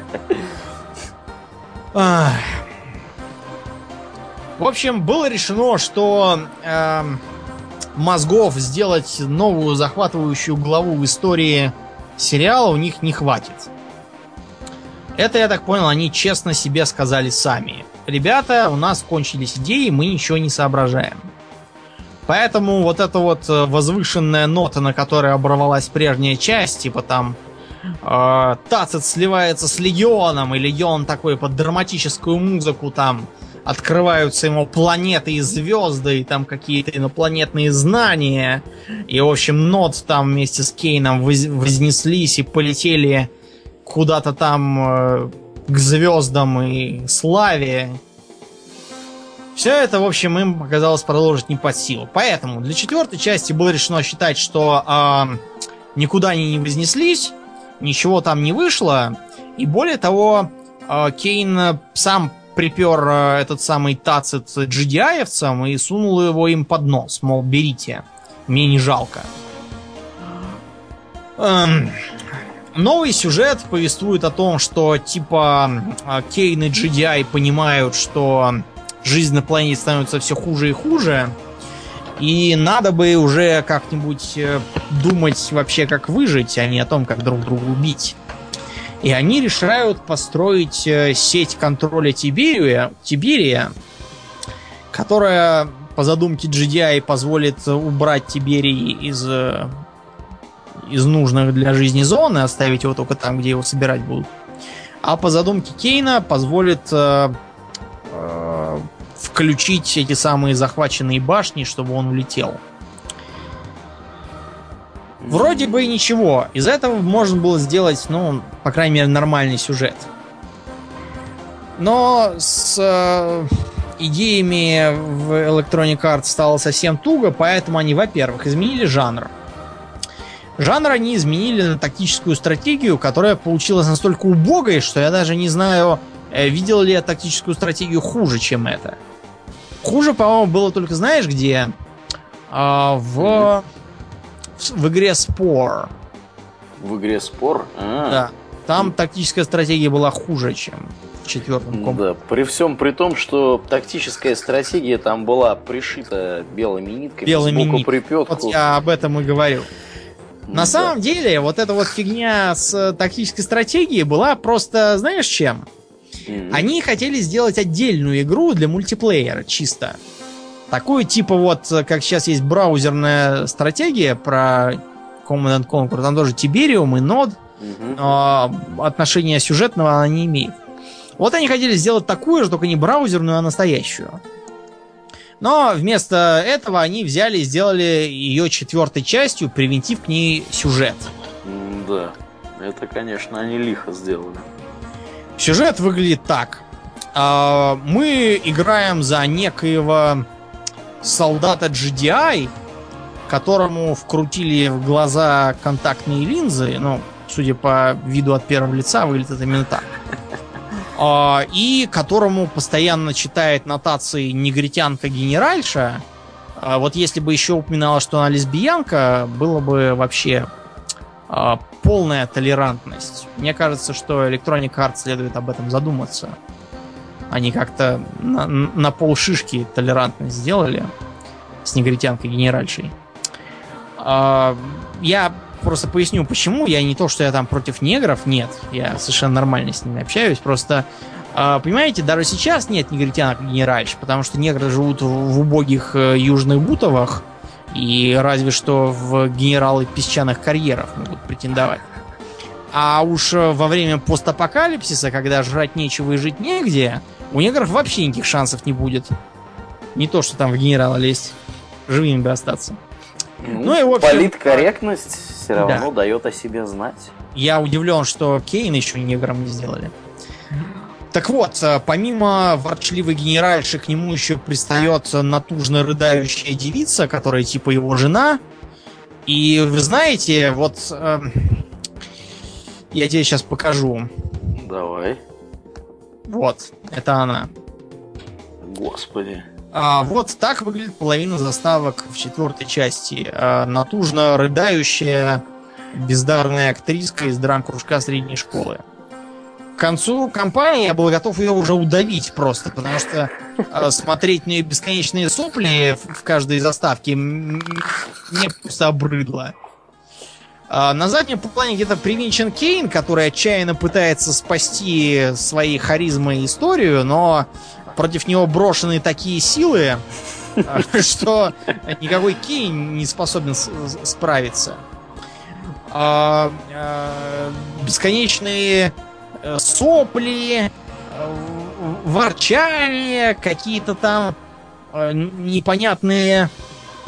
В общем, было решено, что мозгов сделать новую захватывающую главу в истории сериала у них не хватит. Это, я так понял, они честно себе сказали сами. Ребята, у нас кончились идеи, мы ничего не соображаем. Поэтому вот эта вот возвышенная нота, на которой оборвалась прежняя часть, типа там Тацит сливается с Легионом, и Легион такой под драматическую музыку там открываются ему планеты и звезды, и там какие-то инопланетные знания. И, в общем, Нот там вместе с Кейном вознеслись и полетели куда-то там к звездам и славе. Все это, в общем, им показалось продолжить не под силу. Поэтому для 4-й части было решено считать, что никуда они не вознеслись, ничего там не вышло. И более того, Кейн сам припер этот самый Тацит GDI-евцам и сунул его им под нос. Мол, берите, мне не жалко. Новый сюжет повествует о том, что типа Кейн и GDI понимают, что жизнь на планете становится все хуже и хуже, и надо бы уже как-нибудь думать вообще, как выжить, а не о том, как друг друга убить. И они решают построить сеть контроля Тиберия, которая, по задумке GDI, позволит убрать Тиберий из нужных для жизни зон и оставить его только там, где его собирать будут. А по задумке Кейна позволит включить эти самые захваченные башни, чтобы он улетел. Вроде бы и ничего. Из этого можно было сделать, ну, по крайней мере, нормальный сюжет. Но с идеями в Electronic Arts стало совсем туго, поэтому они, во-первых, изменили жанр. Жанр они изменили на тактическую стратегию, которая получилась настолько убогой, что я даже не знаю, видел ли я тактическую стратегию хуже, чем это. Хуже, по-моему, было только, знаешь, где? В игре Spore. В игре Spore? Да. Там тактическая стратегия была хуже, чем в 4-м компе. Да, при всем при том, что тактическая стратегия там была пришита белыми нитками, сбоку припётку. Вот я об этом и говорю. На самом деле, вот эта вот фигня с тактической стратегией была просто, знаешь, чем? Они хотели сделать отдельную игру для мультиплеера, чисто. Такую типа вот, как сейчас есть браузерная стратегия про Command & Conquer, там тоже Tiberium и Node, но отношения сюжетного она не имеет. Вот они хотели сделать такую же, только не браузерную, а настоящую. Но вместо этого они взяли и сделали ее 4-й частью, привинтив к ней сюжет. Да, это, конечно, они лихо сделали. Сюжет выглядит так. Мы играем за некоего солдата GDI, которому вкрутили в глаза контактные линзы. Ну, судя по виду от первого лица, выглядит именно так. И которому постоянно читает нотации негритянка-генеральша, Вот если бы еще упоминала, что она лесбиянка, было бы вообще полная толерантность. Мне кажется, что Electronic Arts следует об этом задуматься. Они как-то на полшишки толерантность сделали с негритянкой-генеральшей. Я просто поясню, почему. Я не то, что я там против негров, нет. Я совершенно нормально с ними общаюсь. Просто, понимаете, даже сейчас нет негритянок-генеральш, потому что негры живут в убогих южных бутовах, и разве что в генералы песчаных карьеров могут претендовать. А уж во время постапокалипсиса, когда жрать нечего и жить негде, у негров вообще никаких шансов не будет. Не то, что там в генералы лезть. Живыми бы остаться. Ну и в общем, политкорректность все равно дает о себе знать. Я удивлен, что Кейн еще негром не сделали. Так вот, помимо ворчливой генеральши, к нему еще пристает натужно рыдающая девица, которая типа его жена. И вы знаете, вот я тебе сейчас покажу. Давай. Вот, это она. Господи. Вот так выглядит половина заставок в 4-й части. Натужно рыдающая бездарная актриска из драм-кружка средней школы. К концу кампании я был готов ее уже удавить просто, потому что смотреть на ее бесконечные сопли в каждой заставке мне просто обрыдло. На заднем плане где-то привинчен Кейн, который отчаянно пытается спасти своей харизмой историю, но против него брошены такие силы, что никакой Кейн не способен справиться. Бесконечные сопли, ворчание, какие-то там непонятные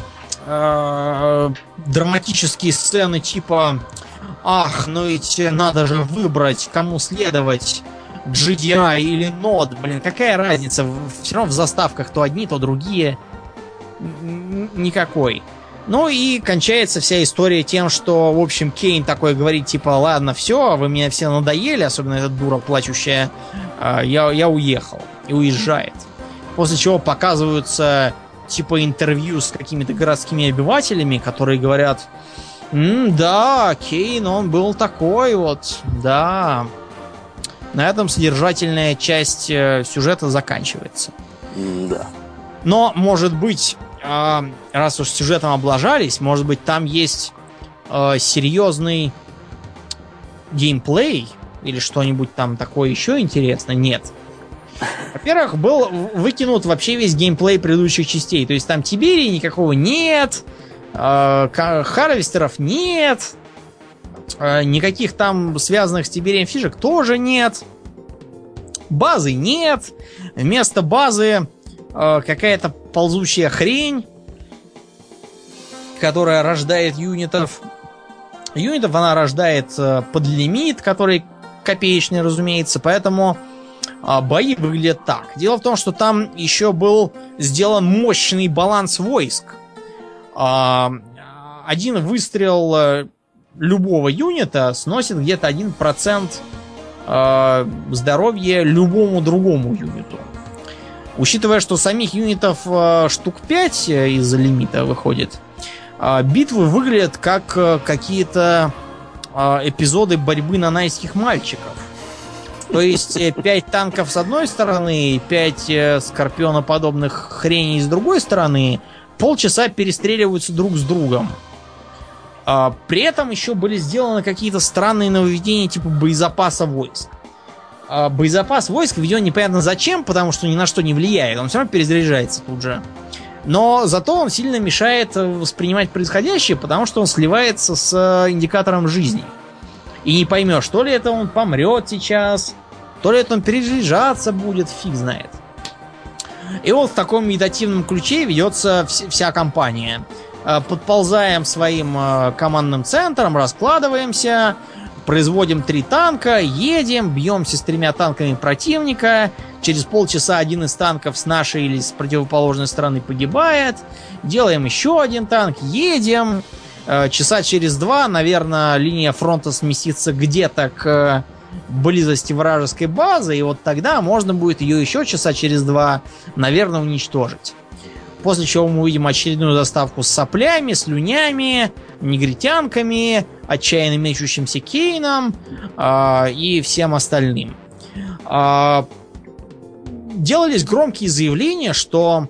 драматические сцены типа «Ах, ну ведь надо же выбрать, кому следовать, GDI или Node». Блин, какая разница? Все равно в заставках то одни, то другие. Никакой. Ну и кончается вся история тем, что, в общем, Кейн такой говорит, типа, ладно, все, вы мне все надоели, особенно эта дура плачущая, я уехал. И уезжает. После чего показываются, типа, интервью с какими-то городскими обивателями, которые говорят, да, Кейн, он был такой вот, да. На этом содержательная часть сюжета заканчивается. Да. Но, может быть, раз уж сюжетом облажались, может быть, там есть серьезный геймплей или что-нибудь там такое еще интересное? Нет. Во-первых, был выкинут вообще весь геймплей предыдущих частей. То есть там Тиберии никакого нет, Харвестеров нет, никаких там связанных с Тиберием фишек тоже нет, базы нет. Вместо базы какая-то ползущая хрень, которая рождает юнитов. Юнитов она рождает под лимит, который копеечный, разумеется, поэтому бои выглядят так. Дело в том, что там еще был сделан мощный баланс войск. Один выстрел любого юнита сносит где-то 1% здоровья любому другому юниту. Учитывая, что самих юнитов штук 5 из-за лимита выходит, битвы выглядят как какие-то эпизоды борьбы нанайских мальчиков. То есть 5 танков с одной стороны, 5 скорпионоподобных хреней с другой стороны, полчаса перестреливаются друг с другом. При этом еще были сделаны какие-то странные нововведения типа боезапаса войск. Боезапас войск введен непонятно зачем, потому что ни на что не влияет. Он все равно перезаряжается тут же. Но зато он сильно мешает воспринимать происходящее, потому что он сливается с индикатором жизни. И не поймешь, то ли это он помрет сейчас, то ли это он перезаряжаться будет, фиг знает. И вот в таком медитативном ключе ведется вся кампания. Подползаем своим командным центром, раскладываемся, производим 3 танка, едем, бьемся с 3 танками противника. Через полчаса один из танков с нашей или с противоположной стороны погибает. Делаем еще один танк, едем. Часа через 2, наверное, линия фронта сместится где-то к близости вражеской базы. И вот тогда можно будет ее еще часа через 2, наверное, уничтожить. После чего мы увидим очередную заставку с соплями, слюнями, негритянками, отчаянно мечущимся Кейном и всем остальным. Делались громкие заявления, что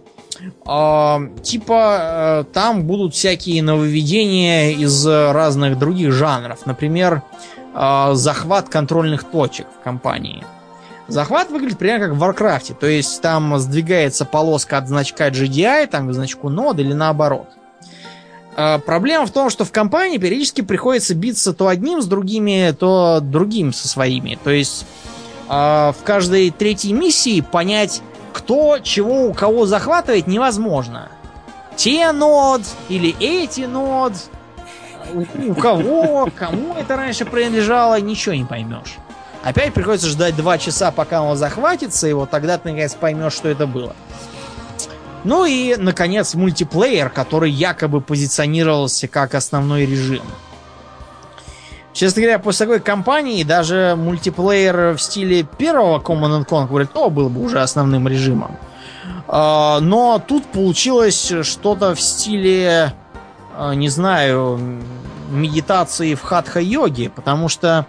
там будут всякие нововведения из разных других жанров. Например, захват контрольных точек в компании. Захват выглядит примерно как в Warcraft. То есть там сдвигается полоска от значка GDI там, к значку нод или наоборот. Проблема в том, что в компании периодически приходится биться то одним с другими, то другим со своими. То есть в каждой третьей миссии понять, кто чего у кого захватывает, невозможно. Те нод или эти нод, у кого, кому это раньше принадлежало, ничего не поймешь. Опять приходится ждать 2 часа, пока он захватится, и вот тогда ты наконец поймешь, что это было. Ну и, наконец, мультиплеер, который якобы позиционировался как основной режим. Честно говоря, после такой кампании даже мультиплеер в стиле первого Command & Conquer то был бы уже основным режимом. Но тут получилось что-то в стиле, не знаю, медитации в хатха-йоге, потому что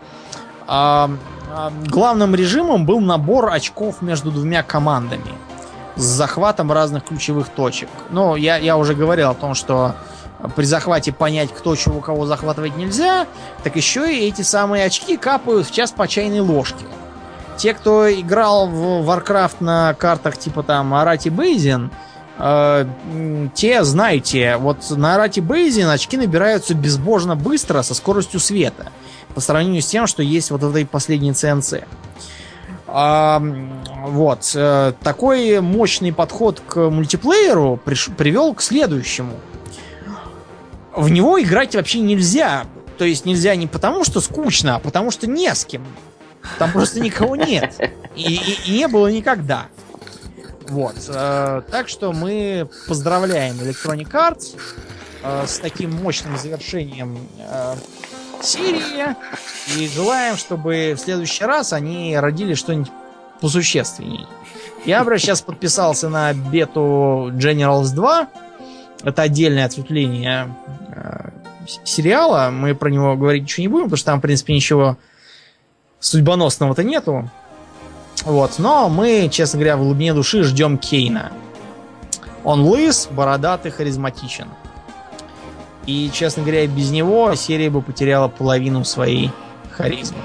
главным режимом был набор очков между 2 командами с захватом разных ключевых точек. Но я уже говорил о том, что при захвате понять, кто чего кого захватывать нельзя, так еще и эти самые очки капают в час по чайной ложке. Те, кто играл в Warcraft на картах типа там Арати Бейзин, те знаете, вот на Арати Бейзин очки набираются безбожно быстро, со скоростью света, по сравнению с тем, что есть вот в этой последней ЦНЦ. Вот. Такой мощный подход к мультиплееру привел к следующему. В него играть вообще нельзя. То есть нельзя не потому, что скучно, а потому, что не с кем. Там просто никого нет. И не было никогда. Вот. Так что мы поздравляем Electronic Arts с таким мощным завершением серии. И желаем, чтобы в следующий раз они родили что-нибудь посущественней. Я, например, сейчас подписался на бету Generals 2. Это отдельное ответвление сериала. Мы про него говорить ничего не будем, потому что там, в принципе, ничего судьбоносного-то нету. Вот. Но мы, честно говоря, в глубине души ждем Кейна. Он лыс, бородатый, харизматичен. И, честно говоря, без него серия бы потеряла половину своей харизмы.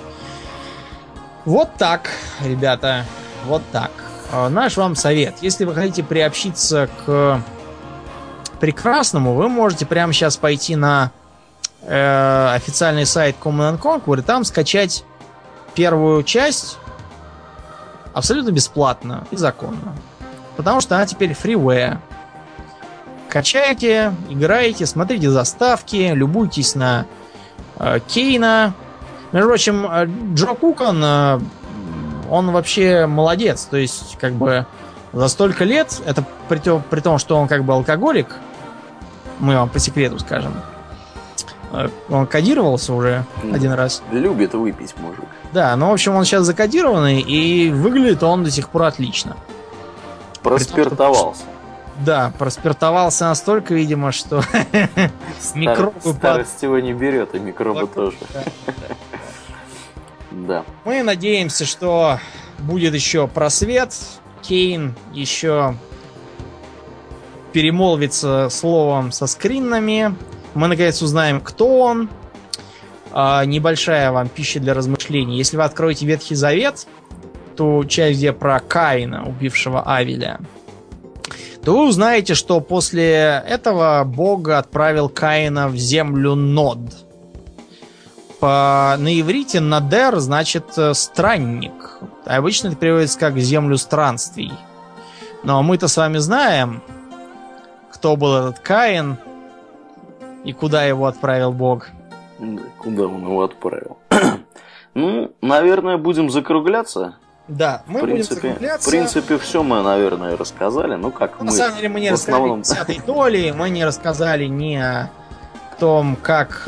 Вот так, ребята. Вот так. Наш вам совет. Если вы хотите приобщиться к прекрасному, вы можете прямо сейчас пойти на официальный сайт Command & Conquer и там скачать первую часть абсолютно бесплатно и законно. Потому что она теперь freeware. Качайте, играйте, смотрите заставки, любуйтесь на Кейна. Между прочим, Джо Кукон, он вообще молодец. То есть, как бы, за столько лет, это при том, что он как бы алкоголик, мы вам по секрету скажем, он кодировался уже один раз. Любит выпить мужик. Да, ну, в общем, он сейчас закодированный, и выглядит он до сих пор отлично. Проспиртовался. Да, проспиртовался настолько, видимо, что микробы... Старость его не берет, и микробы тоже. Да. Мы надеемся, что будет еще просвет. Кейн еще перемолвится словом со скриннами. Мы, наконец, узнаем, кто он. Небольшая вам пища для размышлений. Если вы откроете Ветхий Завет, ту часть, где про Каина, убившего Авеля, то вы узнаете, что после этого Бог отправил Каина в землю Нод. На иврите Надер значит странник. Обычно это переводится как землю странствий. Но мы-то с вами знаем, кто был этот Каин и куда его отправил Бог. Куда он его отправил? Ну, наверное, будем закругляться. Да, мы будем закругляться. В принципе, все мы, наверное, рассказали. Ну, как мы. На самом деле, мы не рассказали 10-й доли, мы не рассказали ни о том, как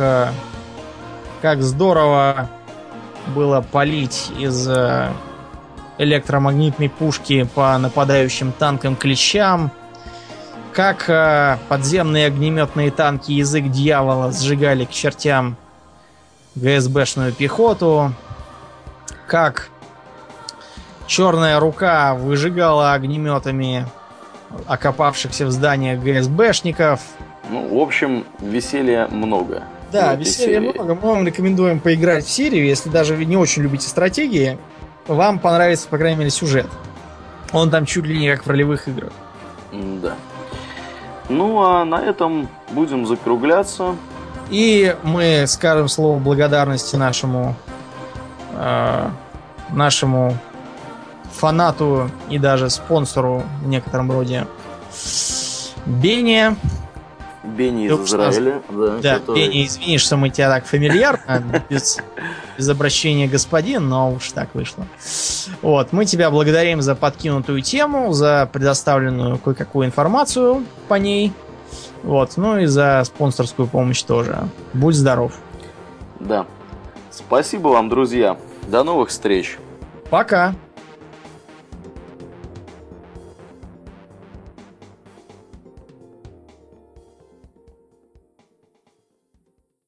здорово было палить из электромагнитной пушки по нападающим танкам клещам, Как подземные огнеметные танки язык дьявола сжигали к чертям ГСБшную пехоту. Как черная рука выжигала огнеметами окопавшихся в зданиях ГСБшников. Ну, в общем, веселья много. Да, веселья много. Мы вам рекомендуем поиграть в серию. Если даже вы не очень любите стратегии, вам понравится, по крайней мере, сюжет. Он там чуть ли не как в ролевых играх. Да. Ну, а на этом будем закругляться. И мы скажем слово благодарности нашему фанату и даже спонсору в некотором роде Бене. Бенни из Израиля. Да, который... Бенни, извини, что мы тебя так фамильярно, без обращения господин, но уж так вышло. Вот, мы тебя благодарим за подкинутую тему, за предоставленную кое-какую информацию по ней. Вот, ну и за спонсорскую помощь тоже. Будь здоров. Да. Спасибо вам, друзья. До новых встреч. Пока.